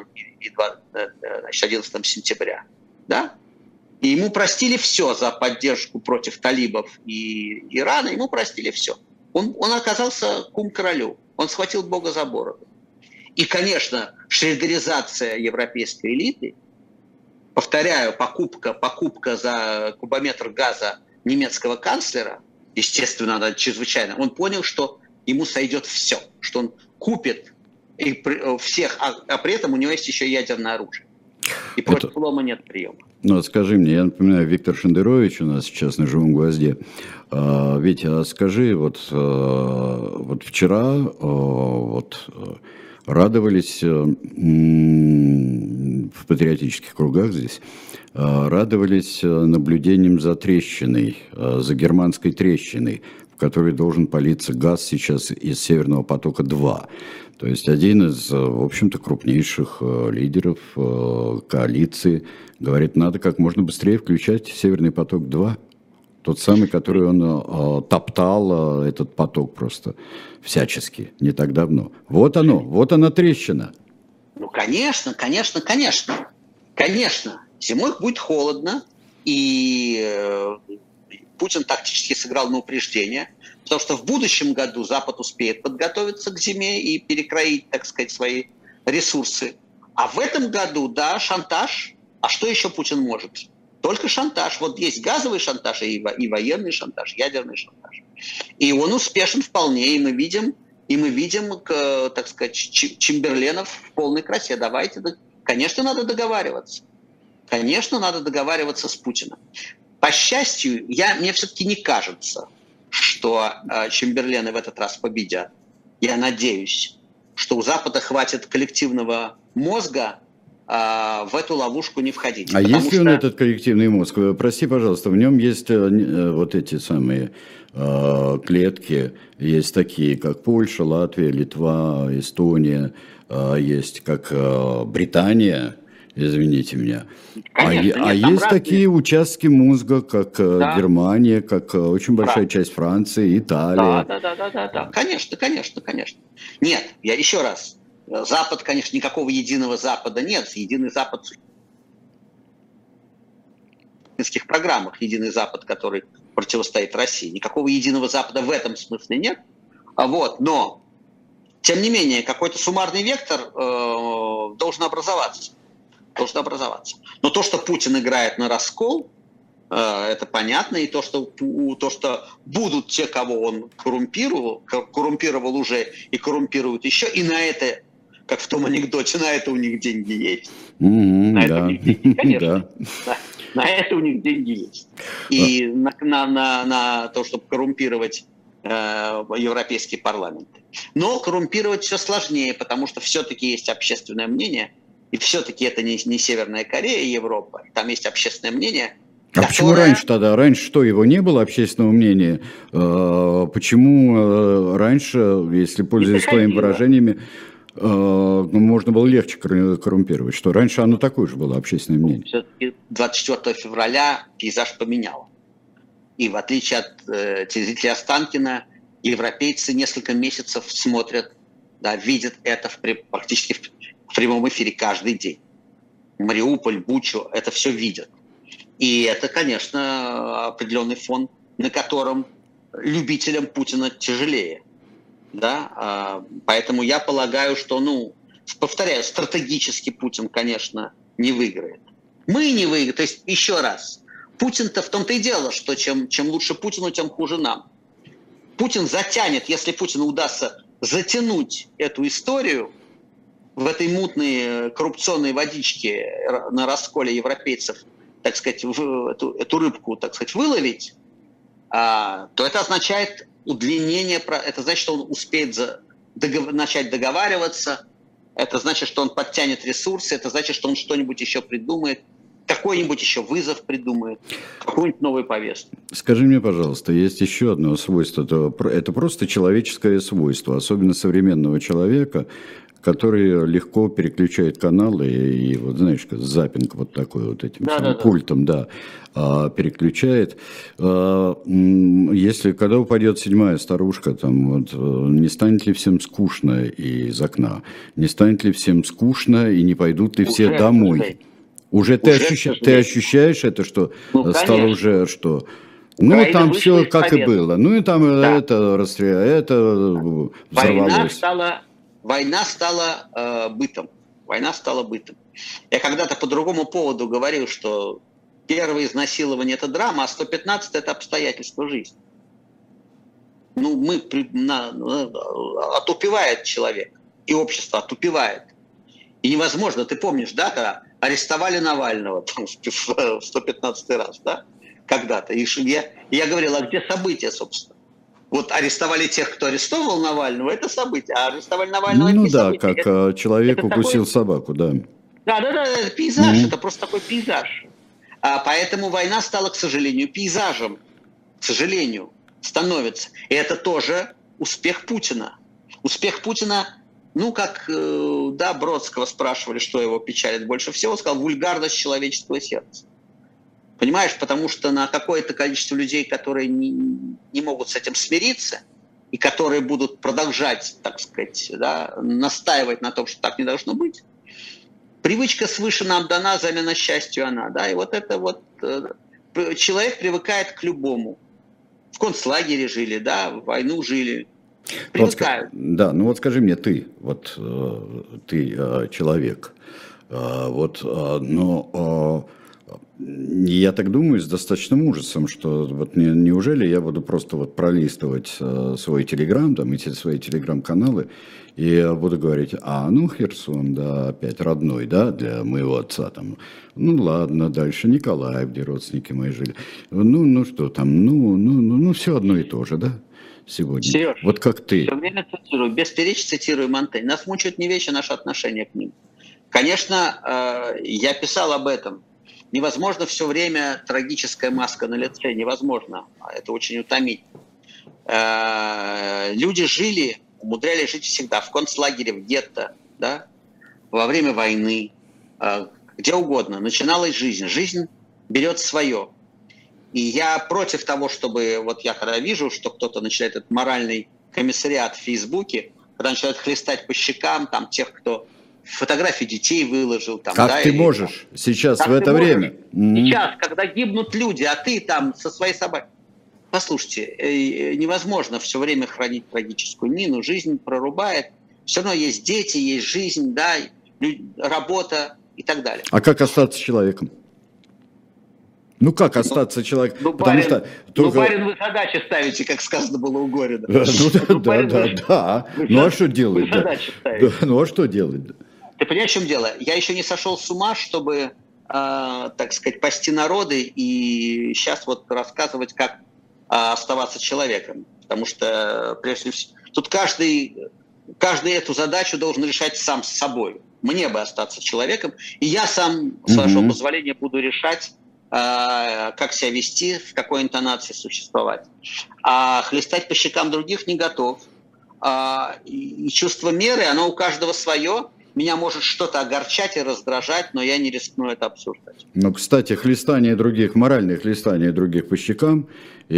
11 сентября, да? И ему простили все за поддержку против талибов и Ирана, ему простили все. Он оказался кум королю, он схватил Бога за бороду. И, конечно, шредеризация европейской элиты, повторяю, покупка за кубометр газа немецкого канцлера, естественно, она чрезвычайно. Он понял, что ему сойдет все, что он купит всех, а при этом у него есть еще ядерное оружие. И против лома нет приема. Скажи мне, я напоминаю, Виктор Шендерович у нас сейчас на «Живом гвозде». Витя, скажи, вот вчера радовались патриотических кругах здесь, радовались наблюдением за трещиной, за германской трещиной, в которой должен палиться газ сейчас из «Северного потока-2». То есть один из, в общем-то, крупнейших лидеров коалиции говорит, надо как можно быстрее включать «Северный поток-2». Тот самый, который он топтал этот поток просто всячески, не так давно. Вот оно, вот она трещина. Ну, конечно. Конечно. Зимой будет холодно, и Путин тактически сыграл на упреждение, потому что в будущем году Запад успеет подготовиться к зиме и перекроить, так сказать, свои ресурсы. А в этом году, да, шантаж. А что еще Путин может? Только шантаж. Вот есть газовый шантаж и военный шантаж, ядерный шантаж. И он успешен вполне, и мы видим, так сказать, Чемберленов в полной красе. Давайте, конечно, надо договариваться. Конечно, надо договариваться с Путиным. По счастью, мне все-таки не кажется, что Чемберлены в этот раз победят. Я надеюсь, что у Запада хватит коллективного мозга в эту ловушку не входить. А есть ли он этот коллективный мозг? Прости, пожалуйста, в нем есть вот эти самые клетки, есть такие, как Польша, Латвия, Литва, Эстония, есть как Британия, извините меня. Конечно, есть разные такие участки мозга, как Германия, как очень большая часть Франции, Италия. Да. Конечно. Нет, я еще раз. Запад, конечно, никакого единого Запада нет. Единый Запад в минских программах, единый Запад, который противостоит России. Никакого единого Запада в этом смысле нет. Но, тем не менее, какой-то суммарный вектор должен образоваться. Но то, что Путин играет на раскол, это понятно. И то, что будут те, кого он коррумпировал уже и коррумпируют еще, и на это, как в том анекдоте, на это у них деньги есть. Это у них деньги, конечно. На это у них деньги есть. И на то, чтобы коррумпировать европейские парламенты. Но коррумпировать все сложнее, потому что все-таки есть общественное мнение, и все-таки это не Северная Корея и Европа. Там есть общественное мнение. Почему раньше тогда? Раньше что, его не было общественного мнения? Почему раньше, если пользуясь твоими выражениями, можно было легче коррумпировать? Что раньше оно такое же было, общественное мнение? Все-таки 24 февраля пейзаж поменял. И в отличие от телезрителя Останкина, европейцы несколько месяцев смотрят, видят это практически в прямом эфире каждый день. Мариуполь, Бучу, это все видят. И это, конечно, определенный фон, на котором любителям Путина тяжелее. Поэтому я полагаю, что, повторяю, стратегически Путин, конечно, не выиграет. Мы не выиграем. То есть, еще раз, Путин-то в том-то и дело, что чем лучше Путину, тем хуже нам. Путин затянет, если Путину удастся затянуть эту историю в этой мутной коррупционной водичке на расколе европейцев, так сказать, эту рыбку, так сказать, выловить, то это означает удлинение, это значит, что он успеет начать договариваться, это значит, что он подтянет ресурсы, это значит, что он что-нибудь еще придумает, какой-нибудь еще вызов придумает, какую-нибудь новую повестку. Скажи мне, пожалуйста, есть еще одно свойство, это просто человеческое свойство, особенно современного человека, который легко переключает каналы и вот знаешь, как запинг вот такой вот этим пультом, переключает. Если когда упадет седьмая старушка, там вот, не станет ли всем скучно из окна? Не станет ли всем скучно и не пойдут ли все домой? Уже ты ощущаешь это, что стало уже что? Там все как и было. И там это расстреляло, это взорвалось. Война стала бытом. Я когда-то по другому поводу говорил, что первое изнасилование – это драма, а 115 – это обстоятельство жизни. Отупевает человек, и общество отупевает. И невозможно, ты помнишь, когда арестовали Навального там, в 115 раз, когда-то. И я говорил, а где события, собственно? Вот арестовали тех, кто арестовывал Навального, это событие, а арестовали Навального, это не событие. Как человек укусил собаку, да. Да, это пейзаж, это просто такой пейзаж. Поэтому война стала, к сожалению, пейзажем. К сожалению, становится. И это тоже успех Путина. Успех Путина, как, Бродского спрашивали, что его печалит больше всего, он сказал, вульгарность человеческого сердца. Понимаешь, потому что на какое-то количество людей, которые не могут с этим смириться, и которые будут продолжать, так сказать, настаивать на том, что так не должно быть, привычка свыше нам дана, замена счастью она. И вот это человек привыкает к любому. В концлагере жили, в войну жили. Привыкают. Скажи мне, ты человек, я так думаю, с достаточным ужасом, что неужели я буду просто пролистывать свой телеграм, эти свои телеграм-каналы, и буду говорить, Херсон, опять родной, для моего отца, ладно, дальше Николаев, где родственники мои жили, что там, все одно и то же, сегодня. Сереж, вот как ты. Все время цитирую, бесперечь цитирую Монтень. Нас мучают не вещи, наше отношение к ним. Конечно, я писал об этом. Невозможно все время трагическая маска на лице, невозможно. Это очень утомительно. Люди жили, умудрялись жить всегда, в концлагере, в гетто, во время войны, где угодно. Начиналась жизнь. Жизнь берет свое. И я против того, чтобы, я когда вижу, что кто-то начинает этот моральный комиссариат в Фейсбуке, когда начинают хлестать по щекам тех, кто фотографии детей выложил. Как ты можешь сейчас, в это время? Сейчас, когда гибнут люди, а ты со своей собакой. Послушайте, невозможно все время хранить трагическую мину, жизнь прорубает. Все равно есть дети, есть жизнь, работа и так далее. А как остаться человеком? Как остаться человеком? Потому что барин, вы задачи ставите, как сказано было у Горина. Да. А что делать? А что делать? Ты понимаешь, в чем дело? Я еще не сошел с ума, чтобы, так сказать, пасти народы и сейчас рассказывать, как оставаться человеком. Потому что, прежде всего, тут каждый эту задачу должен решать сам с собой. Мне бы остаться человеком, и я сам, с вашего позволения, буду решать, как себя вести, в какой интонации существовать. А хлестать по щекам других не готов. И чувство меры, оно у каждого свое. Меня может что-то огорчать и раздражать, но я не рискну это обсуждать. Кстати, моральное хлестание других по щекам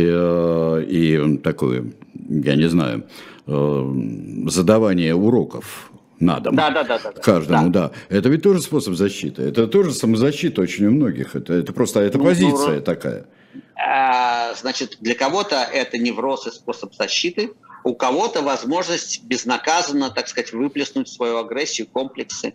и такое, я не знаю, задавание уроков на дом каждому, это ведь тоже способ защиты. Это тоже самозащита очень у многих. Это просто позиция такая. Значит, для кого-то это невроз и способ защиты, у кого-то возможность безнаказанно, так сказать, выплеснуть свою агрессию, комплексы.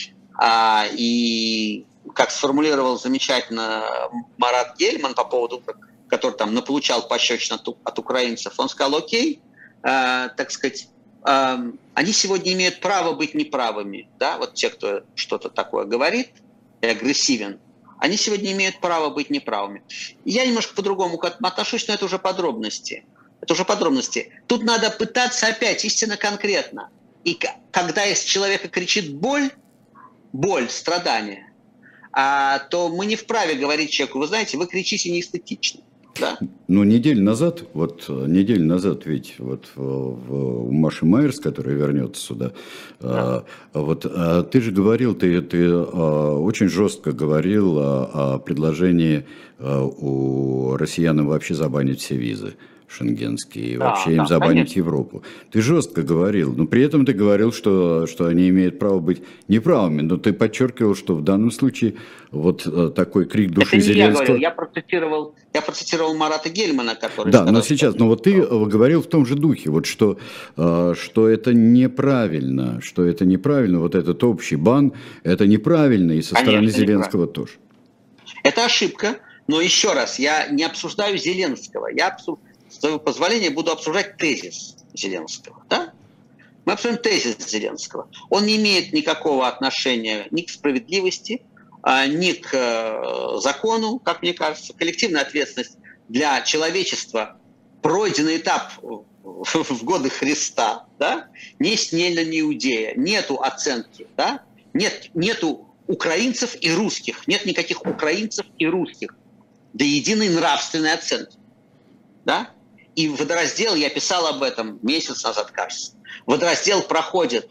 И как сформулировал замечательно Марат Гельман по поводу, который наполучал пощечин от украинцев, он сказал, окей, так сказать, они сегодня имеют право быть неправыми. Те, кто что-то такое говорит и агрессивен, они сегодня имеют право быть неправыми. Я немножко по-другому к этому отношусь, но это уже подробности. Тут надо пытаться опять истинно конкретно. И когда из человека кричит боль, страдание, то мы не вправе говорить человеку, вы знаете, вы кричите неэстетично. Неделю назад ведь у Маши Майерс, которая вернется сюда, ты же говорил, ты очень жестко говорил о предложении у россиянам вообще забанить все визы шенгенские, и вообще им забанить конечно. Европу. Ты жестко говорил, но при этом ты говорил, что они имеют право быть неправыми, но ты подчеркивал, что в данном случае такой крик души Зеленского... Я процитировал Марата Гельмана, который... Да, но сейчас, ты говорил в том же духе, что это неправильно, этот общий бан, это неправильно, и со стороны Зеленского тоже. Это ошибка, но еще раз, я не обсуждаю Зеленского, с твоего позволения, буду обсуждать тезис Зеленского. Мы обсуждаем тезис Зеленского. Он не имеет никакого отношения ни к справедливости, ни к закону, как мне кажется. Коллективная ответственность для человечества, пройденный этап в годы Христа, ни Снельна, ни Иудея, нету оценки, нету украинцев и русских. Нет никаких украинцев и русских. До единой нравственной оценки. Да? И водораздел, я писал об этом месяц назад, кажется. Водораздел проходит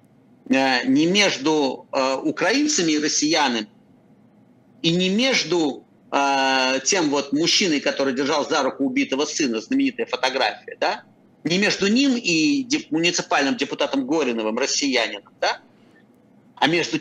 не между украинцами и россиянами, и не между тем вот мужчиной, который держал за руку убитого сына, знаменитая фотография, да? Не между ним и муниципальным депутатом Гориновым, россиянином, да? А между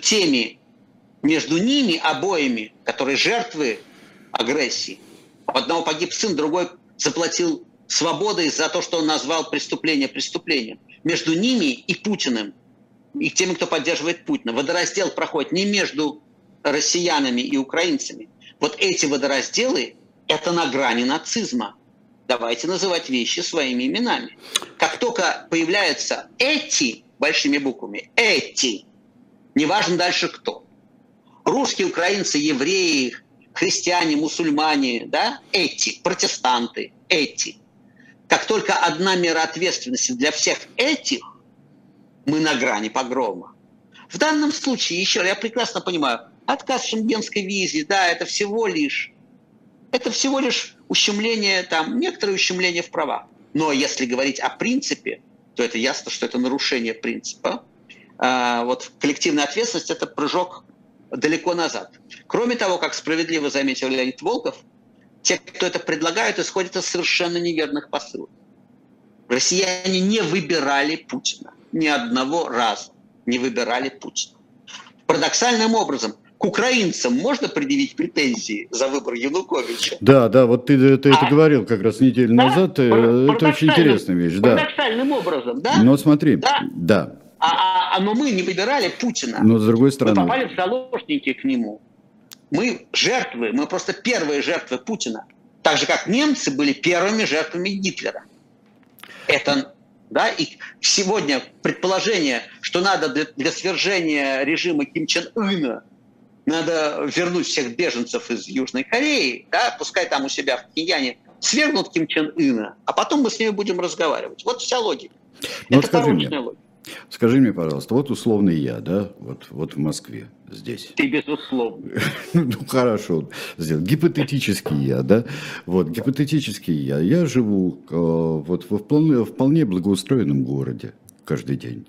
ними обоими, которые жертвы агрессии. У одного погиб сын, другой заплатил свободой за то, что он назвал преступление преступлением. Между ними и Путиным, и теми, кто поддерживает Путина. Водораздел проходит не между россиянами и украинцами. Вот эти водоразделы – это на грани нацизма. Давайте называть вещи своими именами. Как только появляются эти, большими буквами, эти, неважно дальше кто, русские, украинцы, евреи, христиане, мусульмане, да, эти, протестанты, эти. Как только одна мера ответственности для всех этих, мы на грани погрома. В данном случае, еще я прекрасно понимаю, отказ в шенгенской визе, да, это всего лишь ущемление, там, некоторое ущемление в правах. Но если говорить о принципе, то это ясно, что это нарушение принципа. Вот коллективная ответственность – это прыжок далеко назад. Кроме того, как справедливо заметил Леонид Волков, те, кто это предлагают, исходят из совершенно неверных посылов. Россияне не выбирали Путина. Ни одного раза не выбирали Путина. Парадоксальным образом, к украинцам можно предъявить претензии за выбор Януковича? Да, вот ты это говорил как раз неделю назад. Это очень интересная вещь. Парадоксальным образом, да? Но смотри, да. Но мы не выбирали Путина. Но с другой стороны. Мы попали в заложники к нему. Мы жертвы, мы просто первые жертвы Путина. Так же, как немцы были первыми жертвами Гитлера. Это, да, и сегодня предположение, что надо для свержения режима Ким Чен Ына надо вернуть всех беженцев из Южной Кореи, да, пускай там у себя в Пхеньяне свергнут Ким Чен Ына, а потом мы с ними будем разговаривать. Вот вся логика. Это порочная логика. Скажи мне, пожалуйста, вот условный я, да, вот в Москве, здесь. Ты безусловно. Ну, хорошо, гипотетический я, да, вот, гипотетический я. Я живу вот в вполне благоустроенном городе каждый день.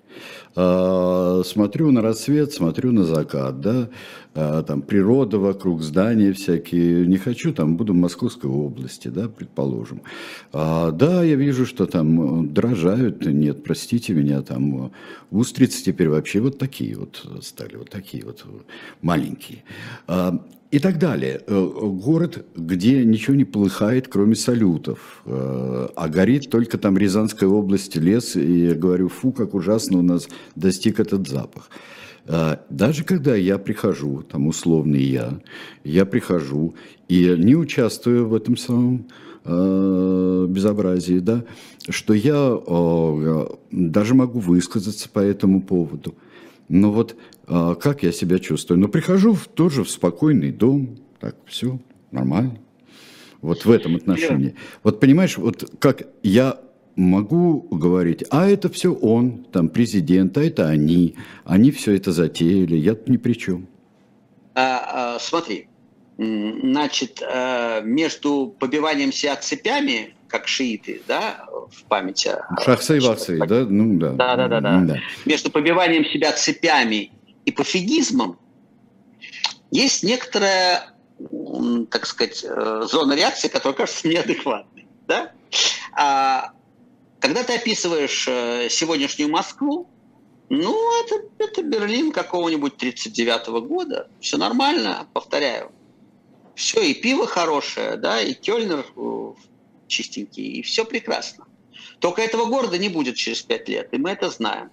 Смотрю на рассвет, смотрю на закат, да, там природа вокруг, здания всякие. Не хочу, там буду в Московской области, да, предположим. Да, я вижу, что там дрожают, нет, простите меня, там устрицы теперь вообще вот такие вот стали, вот такие вот маленькие. И так далее. Город, где ничего не полыхает, кроме салютов. А горит только там Рязанская область, лес. И я говорю, фу, как ужасно у нас достиг этот запах. Даже когда я прихожу, там условный я прихожу и не участвую в этом самом безобразии, да, что я даже могу высказаться по этому поводу. Но вот как я себя чувствую? Ну, прихожу тоже в спокойный дом, так, все нормально. Вот в этом отношении. Вот понимаешь, вот как я могу говорить, а это все он, там, президент, а это они все это затеяли, я тут ни при чем. Смотри, значит, между побиванием себя цепями, как шииты, да, в память о... Шахсы-вахсы, да? Ну, да. Да. Между побиванием себя цепями и пофигизмом есть некоторая, так сказать, зона реакции, которая кажется неадекватной, да? Когда ты описываешь сегодняшнюю Москву, ну, это Берлин какого-нибудь 1939 года, все нормально, повторяю. Все, и пиво хорошее, да, и Кёльнер чистенький, и все прекрасно. Только этого города не будет через 5 лет, и мы это знаем.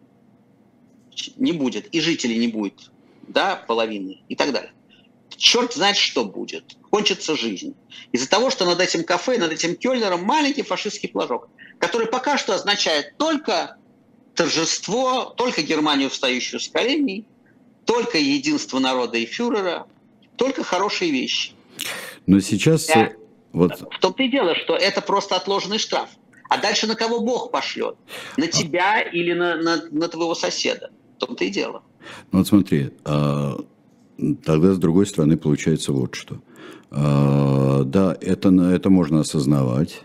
Не будет, и жителей не будет, да, половины, и так далее. Черт знает, что будет. Кончится жизнь. Из-за того, что над этим кафе, над этим Кёльнером маленький фашистский флажок, который пока что означает только торжество, только Германию, встающую с коленей, только единство народа и фюрера, только хорошие вещи. Но сейчас... Вот. В том-то и дело, что это просто отложенный штраф. А дальше на кого Бог пошлет? На тебя или на твоего соседа? В том-то и дело. Ну вот смотри, тогда с другой стороны получается вот что. Да, это можно осознавать,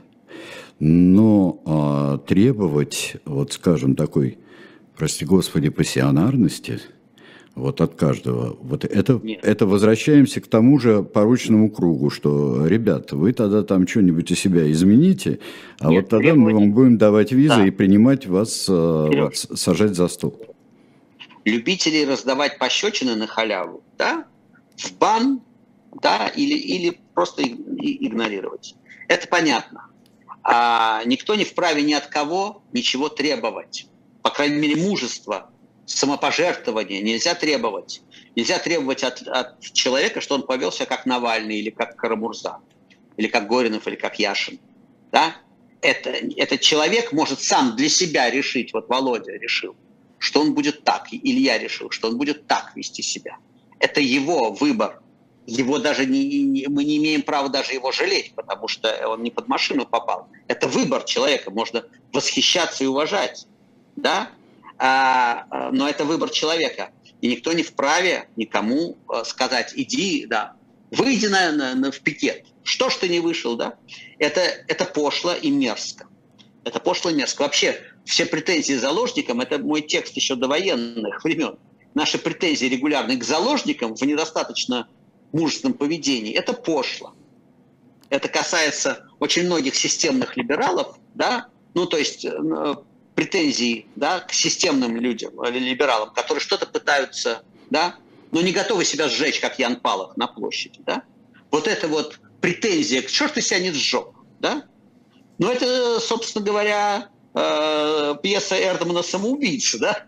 но требовать, вот скажем, такой, прости господи, пассионарности, вот от каждого, вот это возвращаемся к тому же порочному кругу, что, ребят, вы тогда там что-нибудь у себя измените, а вот тогда мы вам будем давать визы и принимать вас, вот, сажать за стол. Любителей раздавать пощечины на халяву, да, в бан, да, или просто игнорировать. Это понятно. А никто не вправе ни от кого ничего требовать. По крайней мере, мужество, самопожертвование нельзя требовать. Нельзя требовать от человека, что он повел себя как Навальный, или как Карамурза, или как Горинов, или как Яшин. Да? Этот человек может сам для себя решить, вот Володя решил, что он будет так, Илья решил, что он будет так вести себя. Это его выбор. Его даже мы не имеем права даже его жалеть, потому что он не под машину попал. Это выбор человека, можно восхищаться и уважать, да? Но это выбор человека. И никто не вправе никому сказать: иди, да, выйди в пикет. Что ж ты не вышел, да? Это пошло и мерзко. Это пошло и мерзко. Вообще, все претензии заложникам, это мой текст еще до военных времен. Наши претензии регулярные к заложникам в недостаточно мужественном поведении, это пошло. Это касается очень многих системных либералов, да, ну, то есть претензий, да, к системным людям, либералам, которые что-то пытаются, да, но не готовы себя сжечь, как Ян Палах на площади, да. Вот это вот претензия, что ж ты себя не сжег, да. Ну, это, собственно говоря, пьеса Эрдмана «Самоубийца», да.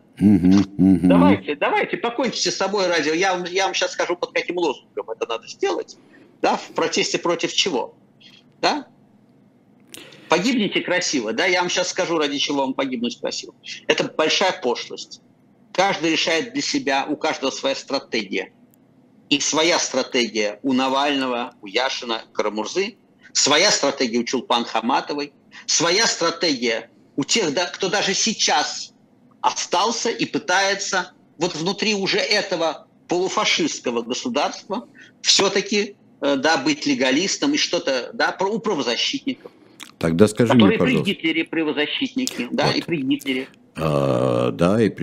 Давайте, покончите с собой ради. Я вам сейчас скажу, под каким лозунгом это надо сделать. Да, в протесте против чего? Да? Погибните красиво. Да, я вам сейчас скажу, ради чего вам погибнуть красиво. Это большая пошлость. Каждый решает для себя, у каждого своя стратегия. И своя стратегия у Навального, у Яшина, Карамурзы, своя стратегия у Чулпан Хаматовой, своя стратегия у тех, да, кто даже сейчас остался и пытается вот внутри уже этого полуфашистского государства все-таки, да, быть легалистом и что-то, да, у правозащитников. Тогда скажи мне, пожалуйста. Которые при Гитлере правозащитники, да, вот. И при Гитлере. Да, и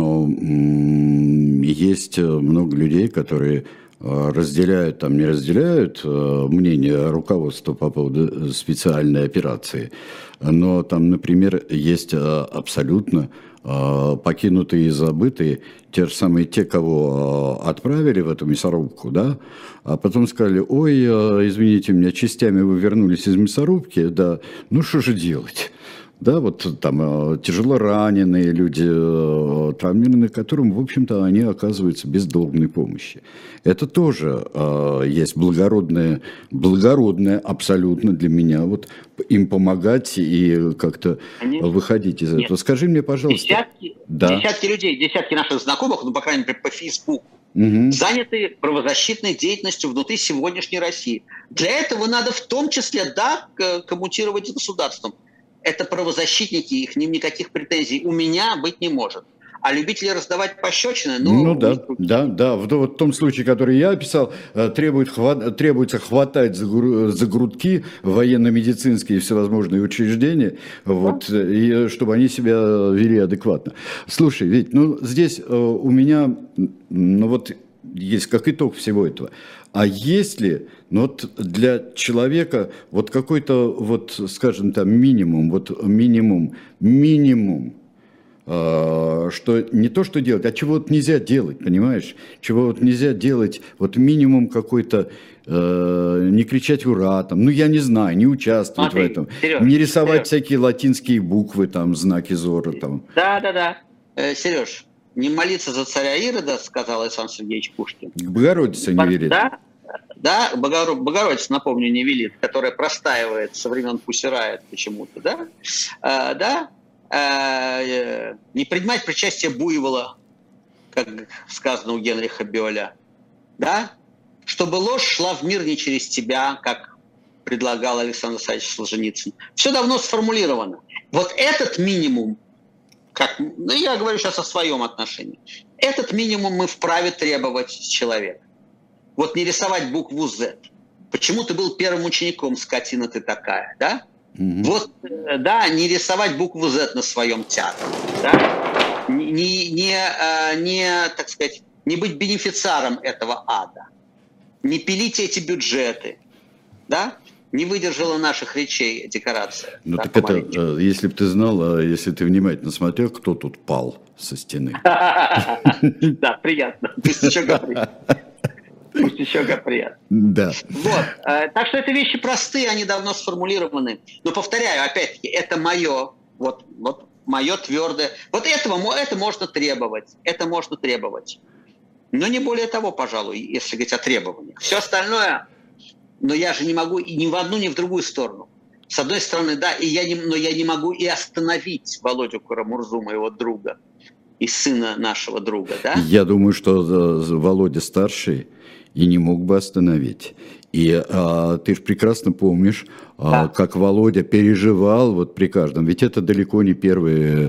причем есть много людей, которые разделяют, там не разделяют мнение руководства по поводу специальной операции, но там, например, есть абсолютно покинутые и забытые, те же самые те, кого отправили в эту мясорубку, да, а потом сказали: ой, извините меня, частями вы вернулись из мясорубки, да, ну что же делать? Да, вот там тяжело раненые люди, травмированные, которым, в общем-то, они оказываются без должной помощи. Это тоже есть благородное абсолютно для меня, вот им помогать и как-то выходить из этого. Скажи мне, пожалуйста. Десятки людей, десятки наших знакомых, ну, по крайней мере, по Фейсбуку, заняты правозащитной деятельностью внутри сегодняшней России. Для этого надо в том числе, да, коммутировать с государством. Это правозащитники, их никаких претензий у меня быть не может. А любители раздавать пощечины, ну да. В том случае, который я описал, требуется хватать за грудки военно-медицинские и всевозможные учреждения, вот, и чтобы они себя вели адекватно. Слушай, Вить, ну здесь у меня, ну вот есть как итог всего этого. А если, ну вот для человека вот какой-то, вот, скажем там, минимум, что не то, что делать, а чего вот нельзя делать, понимаешь? Чего вот нельзя делать, вот минимум какой-то, не кричать «ура», там, ну я не знаю, не участвовать в этом, Сереж, не рисовать всякие латинские буквы, там, знаки Зорро, там. Да. Сереж, не молиться за царя Ирода, сказал Александр Сергеевич Пушкин. К Богородице не велит. Да, Богородица, напомню, не велит, которая простаивает со времен Пусирает почему-то, да? Не принимать причастие буйвола, как сказано у Генриха Бёля, да? Чтобы ложь шла в мир не через тебя, как предлагал Александр Александрович Солженицын. Все давно сформулировано. Вот этот минимум Ну, я говорю сейчас о своем отношении. Этот минимум мы вправе требовать с человека. Вот не рисовать букву «З». Почему ты был первым учеником, скотина ты такая, да? Вот, да, не рисовать букву «З» на своем театре, да? Так сказать, не быть бенефициаром этого ада. Не пилить эти бюджеты, да? Не выдержала наших речей декорация. Ну, да, так это, если бы ты знал, если ты внимательно смотрел, кто тут пал со стены. Да, приятно. Пусть еще говорят. Да. Вот. Так что это вещи простые, они давно сформулированы. Но повторяю, опять-таки, это мое, вот мое твердое. Вот это можно требовать. Это можно требовать. Но не более того, пожалуй, если говорить о требованиях. Все остальное, но я же не могу и ни в одну, ни в другую сторону. С одной стороны, да, но я не могу и остановить Володю Карамурзу, моего друга, и сына нашего друга, да? Я думаю, что Володя старший и не мог бы остановить. И ты же прекрасно помнишь, как Володя переживал вот при каждом. Ведь это далеко не первые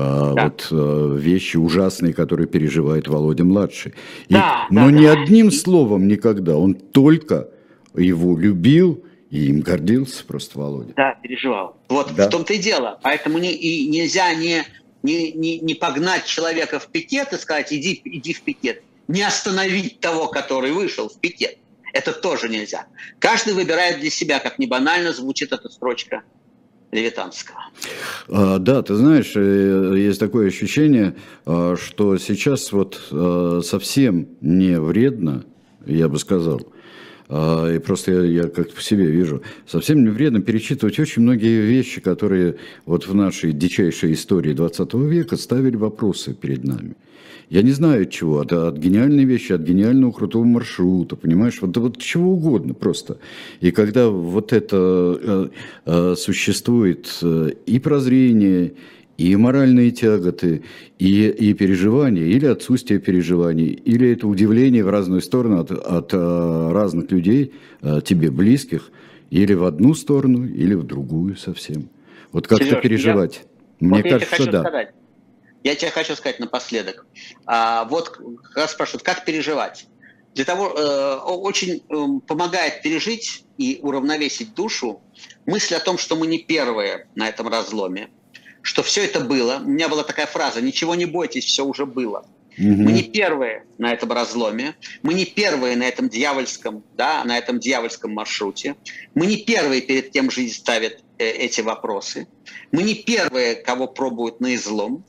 вещи ужасные, которые переживает Володя младший. Но ни одним словом никогда. Он только его любил и им гордился просто, Володя. Да, переживал. Вот в том-то и дело. Поэтому нельзя не погнать человека в пикет и сказать, иди в пикет. Не остановить того, который вышел в пикет. Это тоже нельзя. Каждый выбирает для себя, как ни банально звучит эта строчка Левитанского. Да, ты знаешь, есть такое ощущение, что сейчас вот совсем не вредно, я бы сказал, и просто я как по себе вижу, совсем не вредно перечитывать очень многие вещи, которые вот в нашей дичайшей истории 20 века ставили вопросы перед нами. Я не знаю от чего, от гениальной вещи, от гениального крутого маршрута, понимаешь, вот чего угодно просто. И когда вот это существует и прозрение, и моральные тяготы, и переживания, или отсутствие переживаний, или это удивление в разную сторону от разных людей, тебе близких, или в одну сторону, или в другую совсем. Вот как-то Сереж, мне вот кажется, да. Сказать. Я тебе хочу сказать напоследок. Вот раз спрашивают, как переживать? Для того очень помогает пережить и уравновесить душу мысль о том, что мы не первые на этом разломе, что все это было. У меня была такая фраза: ничего не бойтесь, все уже было. Мы не первые на этом разломе, мы не первые на этом дьявольском маршруте, мы не первые, перед кем жизнь ставит эти вопросы, мы не первые, кого пробуют на излом.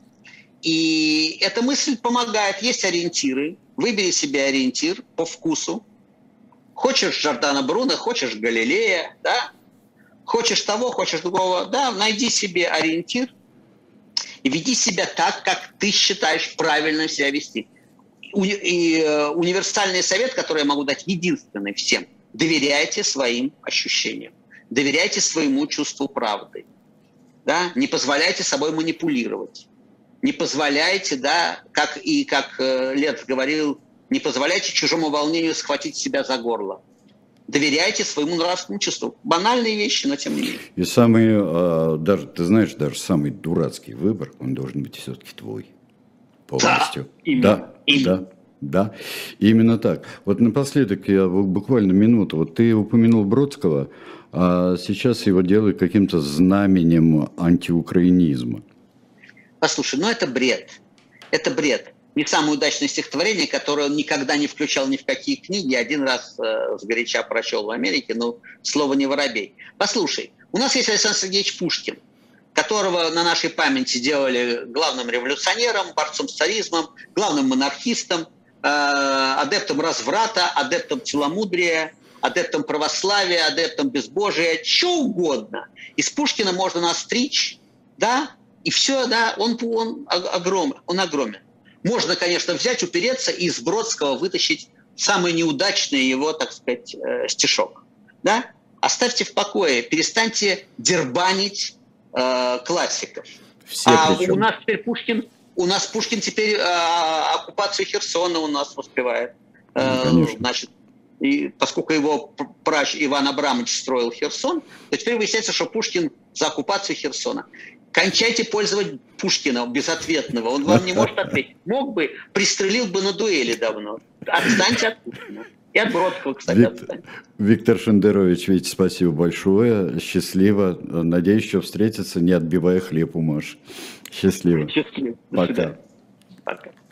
И эта мысль помогает. Есть ориентиры. Выбери себе ориентир по вкусу. Хочешь Джордано Бруно, хочешь Галилея, да? Хочешь того, хочешь другого, да? Найди себе ориентир и веди себя так, как ты считаешь правильно себя вести. И универсальный совет, который я могу дать, единственный всем: доверяйте своим ощущениям, доверяйте своему чувству правды, да? Не позволяйте собой манипулировать. Не позволяйте, да, как Лерц говорил, не позволяйте чужому волнению схватить себя за горло. Доверяйте своему нравственному чувству. Банальные вещи, но тем не менее. И самый, даже, ты знаешь, даже самый дурацкий выбор, он должен быть все-таки твой. Полностью. Да, именно так. Вот напоследок, я буквально минуту, вот ты упомянул Бродского, а сейчас его делают каким-то знаменем антиукраинизма. Послушай, это бред. Это бред. Не самое удачное стихотворение, которое он никогда не включал ни в какие книги. Один раз сгоряча прочел в Америке, слово не воробей. Послушай, у нас есть Александр Сергеевич Пушкин, которого на нашей памяти делали главным революционером, борцом с царизмом, главным монархистом, адептом разврата, адептом целомудрия, адептом православия, адептом безбожия, что угодно. Из Пушкина можно настричь, да, и все, да, он огромен. Можно, конечно, взять, упереться и из Бродского вытащить самый неудачный его, так сказать, стишок. Да? Оставьте в покое, перестаньте дербанить классиков. У нас теперь Пушкин теперь оккупацию Херсона у нас воспевает. Значит, и поскольку его прач Иван Абрамович строил Херсон, то теперь выясняется, что Пушкин за оккупацию Херсона. Кончайте пользовать Пушкина безответного. Он вам не может ответить. Мог бы, пристрелил бы на дуэли давно. Отстаньте от Пушкина. И от Бродского, кстати, отстаньте. Виктор Шендерович, Витя, спасибо большое. Счастливо. Надеюсь, еще встретиться, не отбивая хлеб у Маши. Счастливо. Счастливо. Пока. Пока.